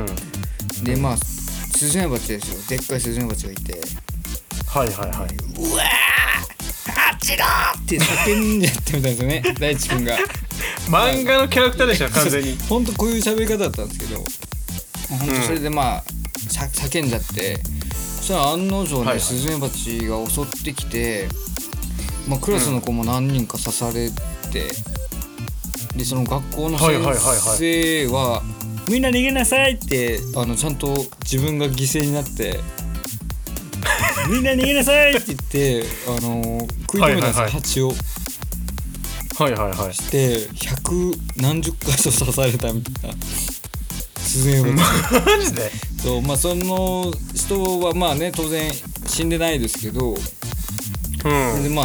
でまあスズメバチですよ、でっかいスズメバチがいて、 はいはいはい、 うわー蜂だって叫んじゃってみたんですよね大地君が。 漫画のキャラクターでしょ完全に。 ほんとこういう喋り方だったんですけど、ほんとそれでまあ、うん、叫んじゃって、そしたら案の定ね、はいはい、スズメバチが襲ってきて、まあ、クラスの子も何人か刺されて、うん、でその学校の先生はみんな逃げなさいってあのちゃんと自分が犠牲になってみんな逃げなさいって言ってあの食い止めたんですよ、はいはいはい、蜂を。 はいはいはい、 して百何十箇所刺されたみたいなスズメバチ。マジで？ そうまあその人はまあね当然死んでないですけど、うん、でまあ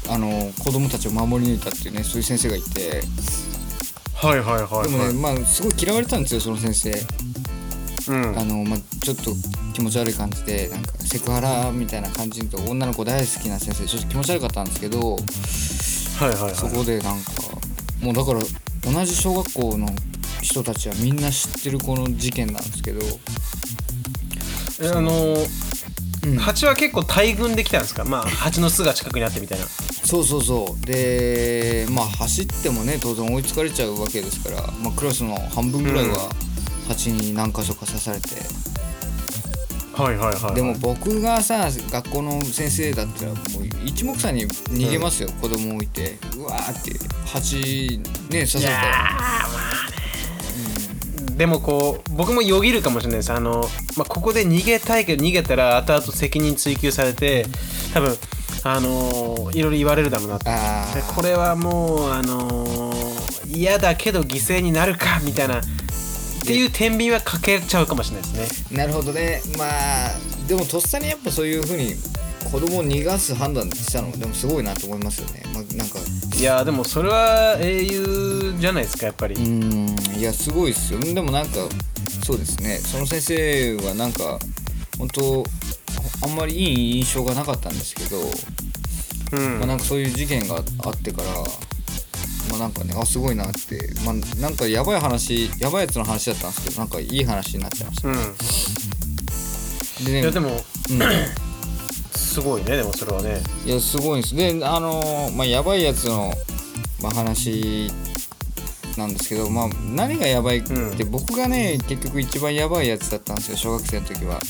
あの子供たちを守り抜いたっていうね、そういう先生がいて、 はいはいはい、はい、 でもね、まあすごい嫌われたんですよ、その先生。うん、あのまあちょっと気持ち悪い感じで、なんかセクハラみたいな感じと、女の子大好きな先生、ちょっと気持ち悪かったんですけど、はいはいはい、そこでなんかもうだから同じ小学校の人たちはみんな知ってるこの事件なんですけど、 えあのーうん、蜂は結構大群できたんですか？まあ蜂の巣が近くにあってみたいな。 そうそうそうで、まあ走ってもね当然追いつかれちゃうわけですから、まあ、クラスの半分ぐらいは蜂に何箇所か刺されて、 うん、はいはいはい、はい、 でも僕がさ学校の先生だったらもう一目散に逃げますよ、うん、子供置いてうわーって蜂ね刺されたら。 でもこう僕もよぎるかもしれないです。あの、まあ、ここで逃げたいけど逃げたら後々責任追及されて多分あのー、いろいろ言われるだろうなって。これはもうあのー、嫌だけど犠牲になるかみたいなっていう天秤はかけちゃうかもしれないですね。 なるほどね。まあでもとっさにやっぱそういう風に子供を逃がす判断したのでもすごいなと思いますよね。まあ、なんかいやでもそれは英雄じゃないですかやっぱり。うーんいやすごいですよ。でもなんかそうですね、その先生はなんか本当あんまりいい印象がなかったんですけど、うんまあ、なんかそういう事件があってからまあなんかねあすごいなって、まあ、なんかやばい話やばいやつの話だったんですけどなんかいい話になっちゃいました、ねうん、でねいやでも、うんすごいね。でもそれはねいやすごいんです。であのー、まあやばいやつの、まあ、話なんですけど、まあ何がやばいって、うん、僕がね結局一番やばいやつだったんですよ小学生の時は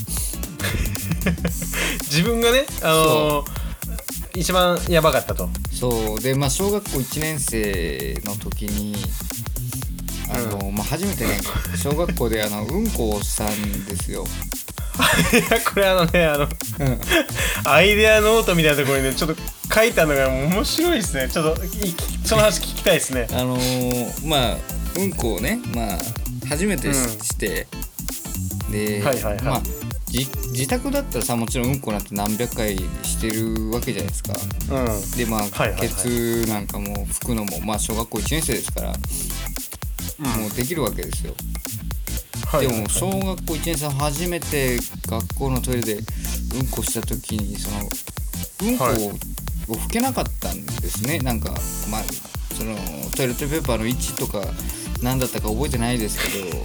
自分がねあのー、一番やばかったと。 そうでまあ小学校いちねん生の時にあのーうんまあ、初めてね小学校であのうんこをしたんですよいやこれあのねあの、うん、アイデアノートみたいなところにねちょっと書いたのが面白いですね。ちょっとその話聞きたいですね。 あのー、まあうんこをねまあ初めて し,、うん、してで、はいはいはい、まあ自宅だったらさもちろんうんこなんて何百回してるわけじゃないですか、うん、でまあ、はいはいはい、ケツなんかも拭くのもまあ小学校いちねん生ですから、うん、もうできるわけですよ。でも小学校いちねん生初めて学校のトイレでうんこした時にそのうんこを拭けなかったんですね。なんかまあそのトイレットペーパーの位置とか何だったか覚えてないですけど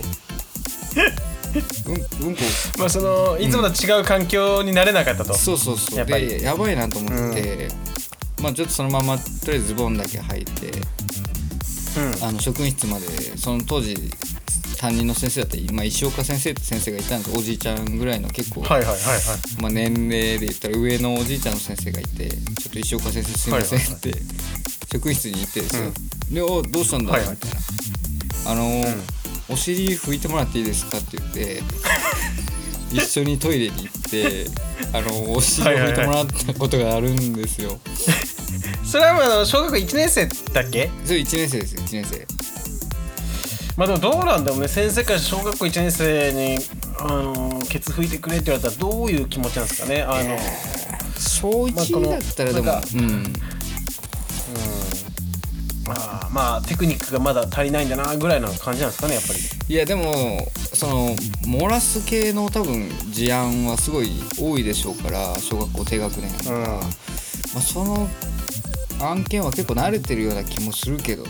うん、うんこまあそのいつもと違う環境になれなかったと、 うん、そうそうそうやっぱりでやばいなと思って、うん、まあちょっとそのままとりあえずズボンだけ履いて、うん、あの職員室までその当時担任の先生だったり、まあ、石岡先生って先生がいたんです。おじいちゃんぐらいの結構、はいはいはいはいまあ、年齢で言ったら上のおじいちゃんの先生がいてちょっと石岡先生すいませんって、はいはいはい、職員室に行ってですよ、うん、でおどうしたんだ、はいはい、みたいなあのーうん、お尻拭いてもらっていいですかって言って一緒にトイレに行ってあのー、お尻を拭いてもらったことがあるんですよ。 それはあの小学校いちねん生だっけ？ そういちねん生ですいちねん生。 まあでもどうなんだろうね。先生から小学校いちねん生にあのケツ拭いてくれって言われたらどういう気持ちなんですかね。あの小いちだったらでも、まあ、うん、うん、 まあまあテクニックがまだ足りないんだなぐらいの感じなんですかねやっぱり。 いやでもその漏らす系の多分事案はすごい多いでしょうから小学校低学年とか、うんまあ、その案件は結構慣れてるような気もするけどな。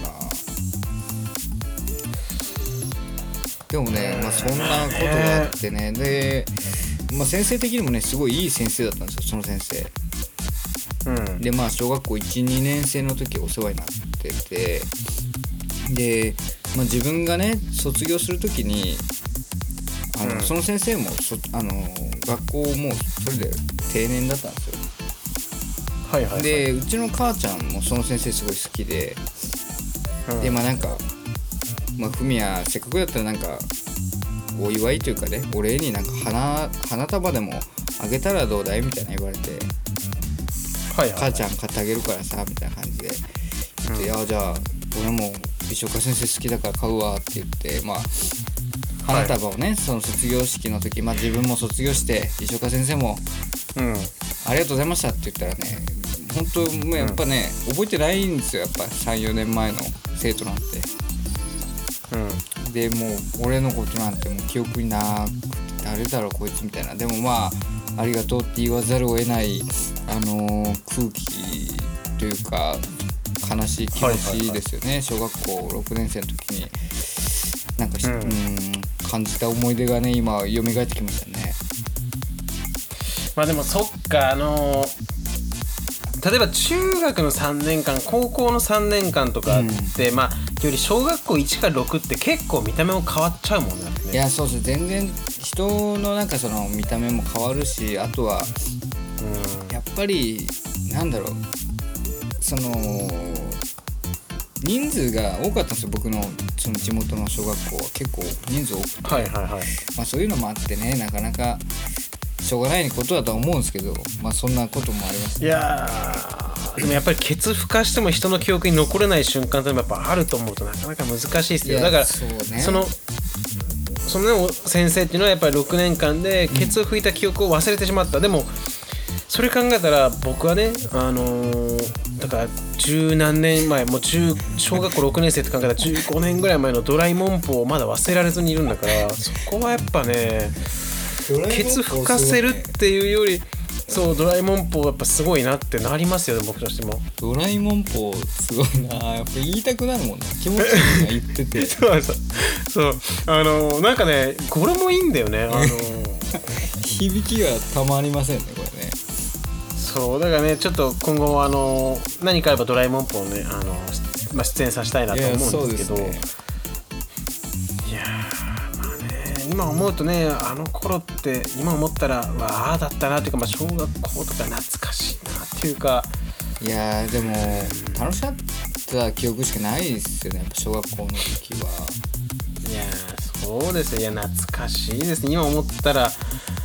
でもね、まあ、そんなことがあってねで、まあ、先生的にもねすごいいい先生だったんですよその先生、うん、でまあ小学校いちにねん生の時お世話になっててで、まあ、自分がね卒業する時にあの、うん、その先生もそあの学校もそれで定年だったんですよ。はいはいはい、でうちの母ちゃんもその先生すごい好きで、うん、でまあなんかまあフミヤせっかくだったらなんかお祝いというかねお礼になんか 花, 花束でもあげたらどうだいみたいな言われて、はいはいはい、母ちゃん買ってあげるからさみたいな感じで言って、うん、いやじゃあ俺も石岡先生好きだから買うわって言ってまあ花束をね、はい、その卒業式の時、まあ、自分も卒業して石岡先生も、うん、ありがとうございましたって言ったらね本当もうやっぱね、うん、覚えてないんですよやっぱ さん,よ 年前の生徒なんて、うん、でもう俺のことなんてもう記憶になくて誰だろうこいつみたいな。でもまあありがとうって言わざるを得ないあのー、空気というか悲しい気持ちですよね、はいはいはい、小学校ろくねん生の時になんか、うん、うん感じた思い出がね今蘇ってきましたね。 まあでもそっかあのー、例えば中学のさんねんかん高校のさんねんかんとかって、うん、まあより小学校いちからろくって結構見た目も変わっちゃうもんね。 いやそうそう全然人のなんかその見た目も変わるしあとは、うん、やっぱりなんだろうその人数が多かったんですよ僕のその地元の小学校は結構人数多くて、 はいはいはいまあ、そういうのもあってねなかなかしょうがないことだとは思うんですけどまあそんなこともあります、 ね、いやでもやっぱりケツ孵化しても人の記憶に残れない瞬間ってやっぱあると思うとなかなか難しいですよ。だからそ、ね、そのその、ね、先生っていうのはやっぱりろくねんかんでケツを拭いた記憶を忘れてしまった、うん、でもそれ考えたら僕はねあのー、だから十何年前もう中小学校ろくねん生って考えたらじゅうごねんぐらい前のドライモンポをまだ忘れられずにいるんだからそこはやっぱねケツ吹かせるっていうよりそうドラえもんぽやっぱすごいなってなりますよね僕としても。 ドラえもんぽすごいなやっぱ言いたくなるもんね気持ちいいな言っててそうそうそうあのー、なんかねこれもいいんだよねあのー、 響きがたまりませんねこれね。 そうだからねちょっと今後はあのー、何かあればドラえもんぽをね、あのーまあ、出演させたいなと思うんですけどいや、そうですね、いや今思うとねあの頃って今思ったらわあだったなっていうか、まあ、小学校とか懐かしいなっていうかいやでも楽しかった記憶しかないですよねやっぱ小学校の時は。 いやそうですよいや懐かしいですね今思ったらう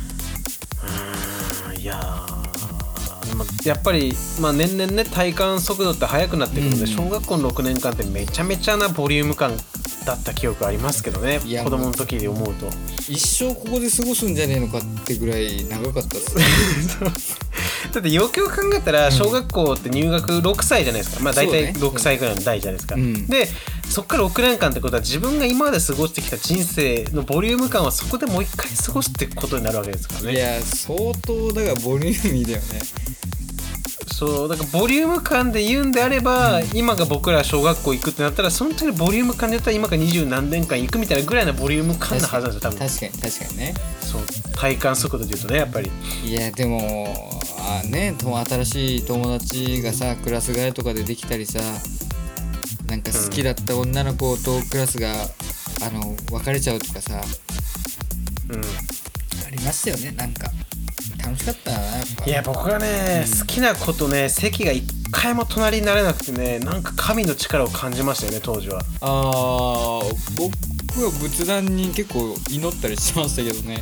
ーんいややっぱり、まあ、年々ね体感速度って速くなってくるので、うん、小学校のろくねんかんってめちゃめちゃなボリューム感だった記憶ありますけどね子供の時で思うと一生ここで過ごすんじゃねえのかってぐらい長かったっすだってよくよく考えたら小学校って入学ろくさいじゃないですか、まあ大体ろくさいぐらいの代じゃないですか、うん、でそっからろくねんかんってことは自分が今まで過ごしてきた人生のボリューム感はそこでもう一回過ごすってことになるわけですからね。 いや相当だからボリューミーだよね。 そうだからボリューム感で言うんであれば、うん、今が僕ら小学校行くってなったらその時のボリューム感で言ったら今が二十何年間行くみたいなぐらいのボリューム感なはずなんですよ多分。 確かに確かにね。 そう体感速度で言うとねやっぱり。 いやでもあね新しい友達がさクラス替えとかでできたりさなんか好きだった女の子とクラスが、うん、あの別れちゃうとかさ、うん、ありましたよねなんか。楽しかったなやっぱ。 いや僕がね、うん、好きな子とね席が一回も隣になれなくてねなんか神の力を感じましたよね当時は。 あー僕は仏壇に結構祈ったりしましたけどね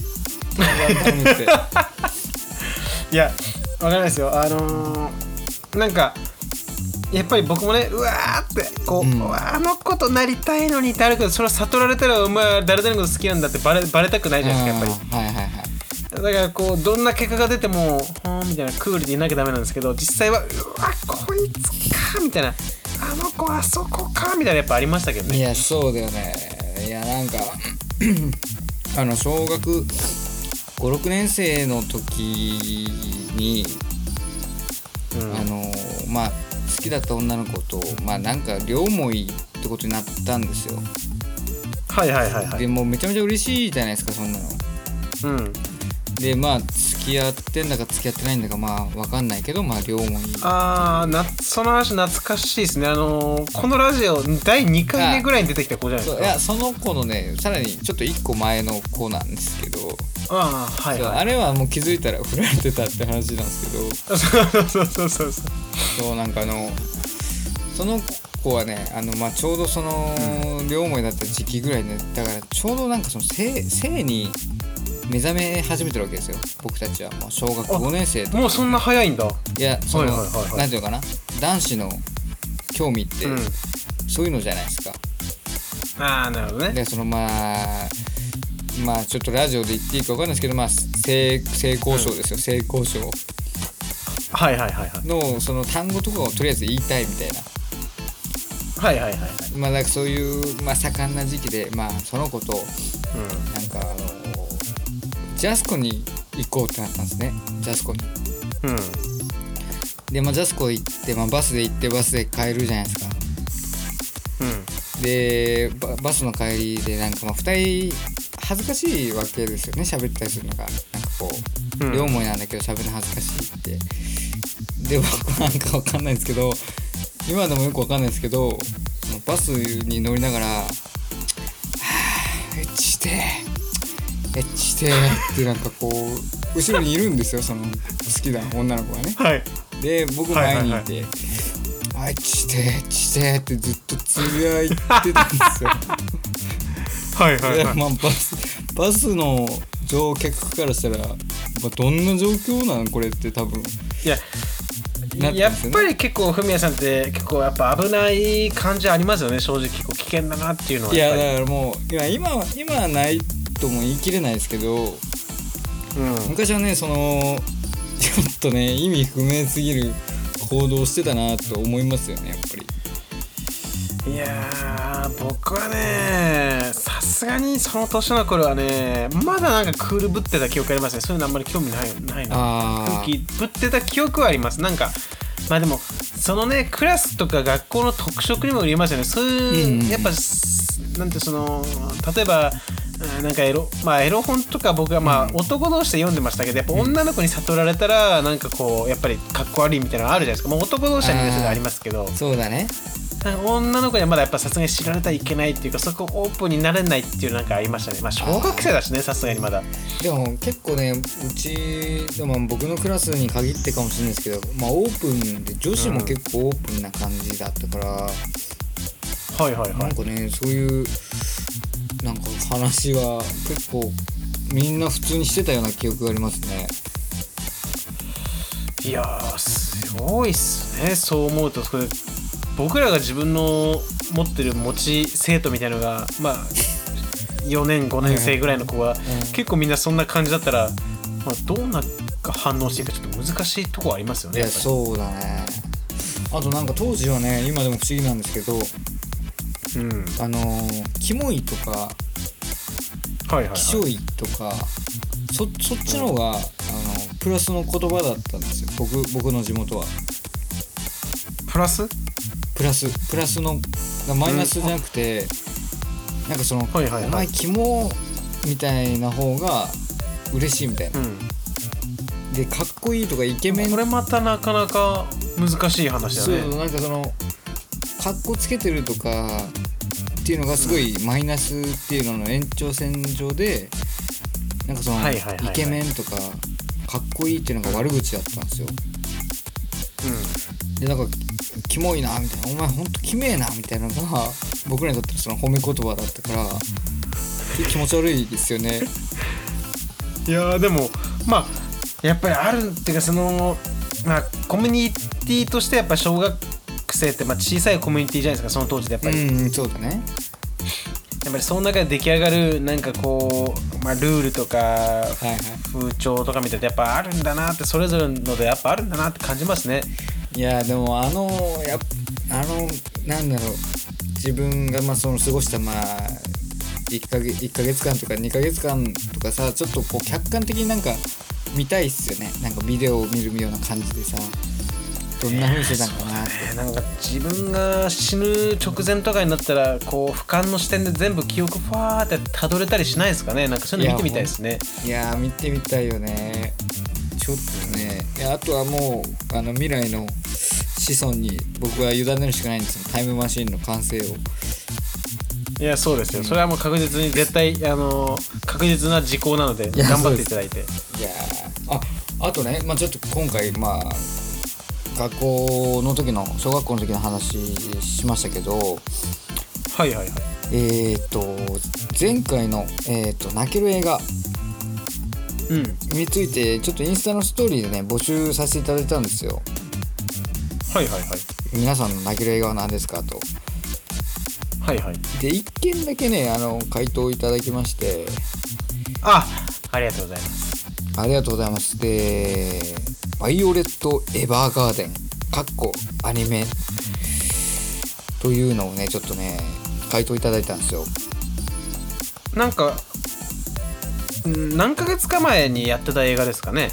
いやわかんないですよあのー、なんかやっぱり僕もねうわーってこう、うん、あの子となりたいのにってあるけどそれを悟られたらお前誰々のこと好きなんだってバレ、バレたくないじゃないですかやっぱり。はいはいはいだからこうどんな結果が出てもほーみたいなクールでいなきゃダメなんですけど実際はうわこいつかみたいなあの子あそこかみたいなやっぱありましたけどね。 いやそうだよね。いやなんかあの小学ごろくねん生の時に、うん、あのまあ好きだった女の子とまあなんか両思いってことになったんですよ。 はいはいはいはい。 でもめちゃめちゃ嬉しいじゃないですかそんなの。うんでまあ付き合ってんだか付き合ってないんだかまあ分かんないけどまあ両思い。 ああなその話懐かしいですね。あのー、このラジオだいにかいめぐらいに出てきた子じゃないですか。 いやその子のねさらにちょっといっこまえの子なんですけどああはい、はい、 あれはもう気づいたら振られてたって話なんですけどそうそうそうそうそうなんかあのその子はねあの、まあ、ちょうどその、うん、両思いだった時期ぐらいねだからちょうどなんかその性、性に目覚め始めてるわけですよ僕たちはもう小学ごねん生とかもうそんな早いんだ。 いやその、はいはいはいはい、なんていうのかな男子の興味って、うん、そういうのじゃないですか。 ああなるほどね。 でそのまあまあちょっとラジオで言っていいか分かんないですけどまあ性性交渉ですよ、うん、性交渉はいはいはいはいのその単語とかをとりあえず言いたいみたいな。 はいはいはいはい。 まあなんかそういう、まあ、盛んな時期で、まあその子とうんなんかあのジャスコに行こうってなったんですね。ジャスコに。 うんで、まあ、ジャスコ行って、まあ、バスで行ってバスで帰るじゃないですか。 うんで バ, バスの帰りでなんかまあふたり恥ずかしいわけですよね、喋ったりするのが。なんかこう、うん、両思いなんだけど喋るの恥ずかしいって。で僕なんかわかんないんですけど、今でもよくわかんないですけど、そのバスに乗りながらはぁエッチしてエッチしてってなんかこう後ろにいるんですよ、その好きな女の子がね。 はいで僕前にいて、はいはいはい、あエッチしてエッチしてってずっとつぶやいてたんですよはいはいはい、 まあ、バスバスの乗客からしたら、まあ、どんな状況なんこれって多分。 いやね、やっぱり結構フミヤさんって結構やっぱ危ない感じありますよね、正直。こう危険だなっていうのは。 いやだからもう今今今はないとも言い切れないですけど、うん、昔はねそのちょっとね意味不明すぎる行動してたなと思いますよね、やっぱり。いやー僕はねさすがにその年の頃はねまだなんかクールぶってた記憶ありますね。そういうのあんまり興味ないないな。空気ぶってた記憶はあります。なんかまあでもそのねクラスとか学校の特色にもよりますよね。そういう、うんうん、やっぱなんてその例えばなんかエロまあエロ本とか僕はまあ男同士で読んでましたけど、やっぱ女の子に悟られたらなんかこうやっぱりかっこ悪いみたいなのあるじゃないですか。もう男同士は苦手がありますけど、 そうだね。 女の子にはまだやっぱさすがに知られたらいけないっていうか、そこオープンになれないっていうなんかありましたね。まあ小学生だしね、さすがにまだ。 でも結構ねうちでも僕のクラスに限ってかもしれないですけど、まあオープンで女子も結構オープンな感じだったから、うん、 はいはいはい。 なんかねそういうなんか話は結構みんな普通にしてたような記憶がありますね。 いやーすごいっすね、そう思うと。それ僕らが自分の持ってる持ち生徒みたいなのがまあよねんごねん生ぐらいの子は、うん、結構みんなそんな感じだったら、まあ、どうなか反応していいかちょっと難しいとこありますよね。 いやそうだね。あとなんか当時はね今でも不思議なんですけど、うん、あのキモいとか、はいはいはい、キショいとか そ, そっちの方が、うん、あのプラスの言葉だったんですよ、 僕, 僕の地元は。 プラスプラスプラスのマイナスじゃなくて、うん、なんかその、はいはいはい、お前キモみたいな方が嬉しいみたいな、うん、でかっこいいとかイケメン、 これまたなかなか難しい話だね。 そうなんかそのかっこつけてるとかっていうのがすごいマイナスっていうのの延長線上で、なんかその、はいはいはいはい、イケメンとかかっこいいっていうのが悪口だったんですよ、うん、でなんかキモいなみたいな、お前ほんとキメえなみたいなのが僕らにとってその褒め言葉だったから気持ち悪いですよね。 いやでもまあやっぱりあるっていうか、そのまあコミュニティとしてやっぱ小学生ってまあ小さいコミュニティじゃないですか、その当時でやっぱり。 うん、そうだね。 やっぱりその中で出来上がるなんかこう、まあ、ルールとか風潮とか見ててやっぱあるんだなって、それぞれのでやっぱあるんだなって感じますね。 いやでもあのやあのなんだろう、自分がまあその過ごしたまあいっかげついっかげつかんとかにかげつかんとかさ、ちょっとこう客観的になんか見たいっすよね。なんかビデオを見るような感じでさ、どんな風にしてたんかなって、 えーね、なんか自分が死ぬ直前とかになったらこう俯瞰の視点で全部記憶ファーってたどれたりしないですかね。なんかそういうの見てみたいですね。 いや、いや見てみたいよね。ちょっとね。いやあとはもうあの未来の子孫に僕は委ねるしかないんですよ、タイムマシーンの完成を。 いやそうですよ、うん、それはもう確実に絶対あの確実な事項なので頑張っていただいて。いやああとね、まあ、ちょっと今回まあ学校の時の小学校の時の話しましたけど、 はいはいはい、 えっと前回の、えー、と泣ける映画についてちょっとインスタのストーリーでね募集させていただいたんですよ。 はいはいはい。 皆さんの泣ける映画は何ですかと。 はいはい。 でいっけんだけねあの回答いただきまして、 あありがとうございます。 ありがとうございます。でバイオレット・エヴァーガーデンかっこアニメというのをねちょっとね回答いただいたんですよ。 なんか何ヶ月か前にやってた映画ですかね。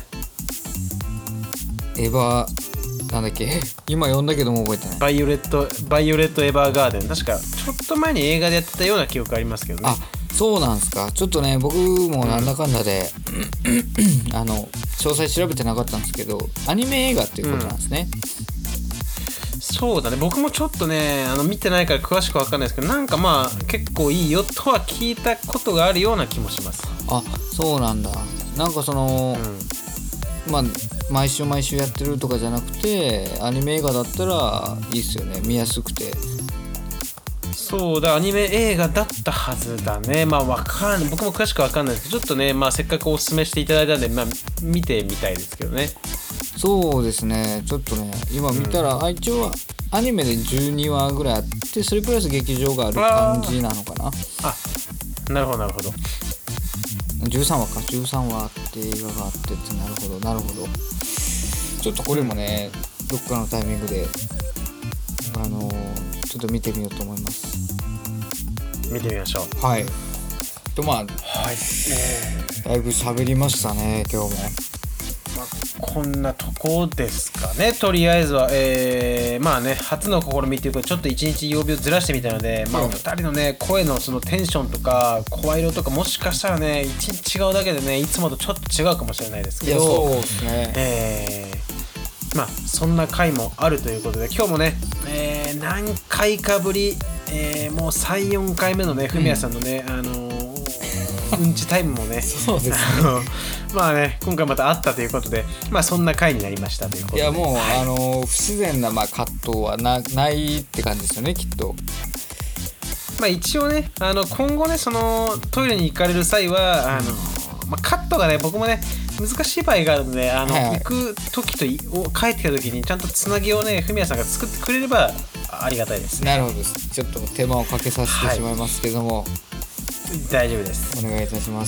エヴァなんだっけ今読んだけども覚えてない。 バイオレットバイオレットエヴァーガーデン、確かちょっと前に映画でやってたような記憶ありますけどね。 あ、そうなんですか。ちょっとね僕もなんだかんだで、うん、あの詳細調べてなかったんですけどアニメ映画っていうことなんですね、 うん、そうだね。僕もちょっとねあの見てないから詳しく分かんないですけど、なんかまあ結構いいよとは聞いたことがあるような気もします。 あ、そうなんだ。なんかその、うん、まあ毎週毎週やってるとかじゃなくてアニメ映画だったらいいっすよね。見やすくて。 そうだ、アニメ映画だったはずだね。まあわかんない、僕も詳しくわかんないですけど、ちょっとね、まあせっかくおすすめしていただいたんで、まあ見てみたいですけどね。 そうですね。ちょっとね今見たら、うん、あ一応アニメでじゅうにわぐらいあってそれプラス劇場がある感じなのかな。 あ、なるほどなるほど。 じゅうさんわかじゅうさんわあって映画があってってなるほどなるほど。ちょっとこれもね、うん、どっかのタイミングであのー、ちょっと見てみようと思います。 見てみましょう。 はい。とまあ、はい、 えー、だいぶ喋りましたね今日も。 まあ、こんなとこですかね。とりあえずは、えー、まあね初の試みということでちょっと一日曜日をずらしてみたので、まあ、ふたりのね声のそのテンションとか声色とかもしかしたらね一日違うだけでねいつもとちょっと違うかもしれないですけど、いやそうですね、 えー、まあそんな回もあるということで今日もね、えー、何回かぶり、えー、もう さん,よん 回目のねふみやさんのね、うん、あのー、うんちタイムもねそうですねまあね今回またあったということで、まあそんな回になりましたということで、 いやもう、 はい、 あのー、不自然なまあ葛藤は な, ないって感じですよねきっと。 まあ一応ねあの今後ねそのトイレに行かれる際はあの、まあ、カットがね僕もね難しい場合があるのであの、はいはい、行く時と帰ってきた時にちゃんとつなぎをねふみやさんが作ってくれればありがたいですね。 なるほどです。ちょっと手間をかけさせてしまいますけども、はい、 大丈夫です。 お願いいたします。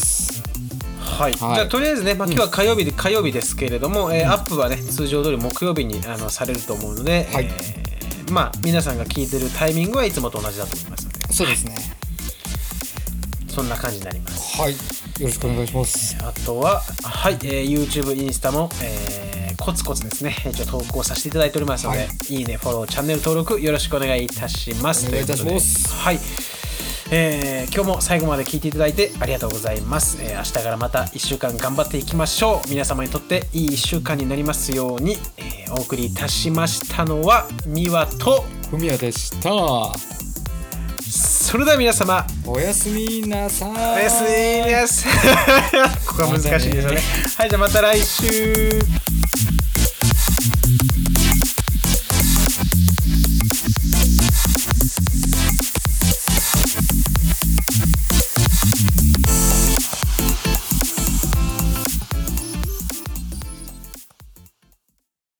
はい、はい、じゃあとりあえずね、まあ、今日は火曜日で、うん、火曜日ですけれども、うん、えー、アップはね通常通り木曜日にあのされると思うので、はい、えー、まあ皆さんが聞いてるタイミングはいつもと同じだと思いますので。 そうですね、 そんな感じになります。 はい、よろしくお願いします。 あとは、はい、えー、YouTube、インスタも、えー、コツコツですね一応投稿させていただいておりますので、はい、いいね、フォロー、チャンネル登録よろしくお願いいたします。 お願いいたします。 はい、えー、今日も最後まで聞いていただいてありがとうございます、えー、明日からまたいっしゅうかん頑張っていきましょう。皆様にとっていいいっしゅうかんになりますように、えー、お送りいたしましたのはみわとふみやでした。 それでは皆様おやすみなさい。 おやすみなさいここは難しいですよね。はい、じゃあまた来週。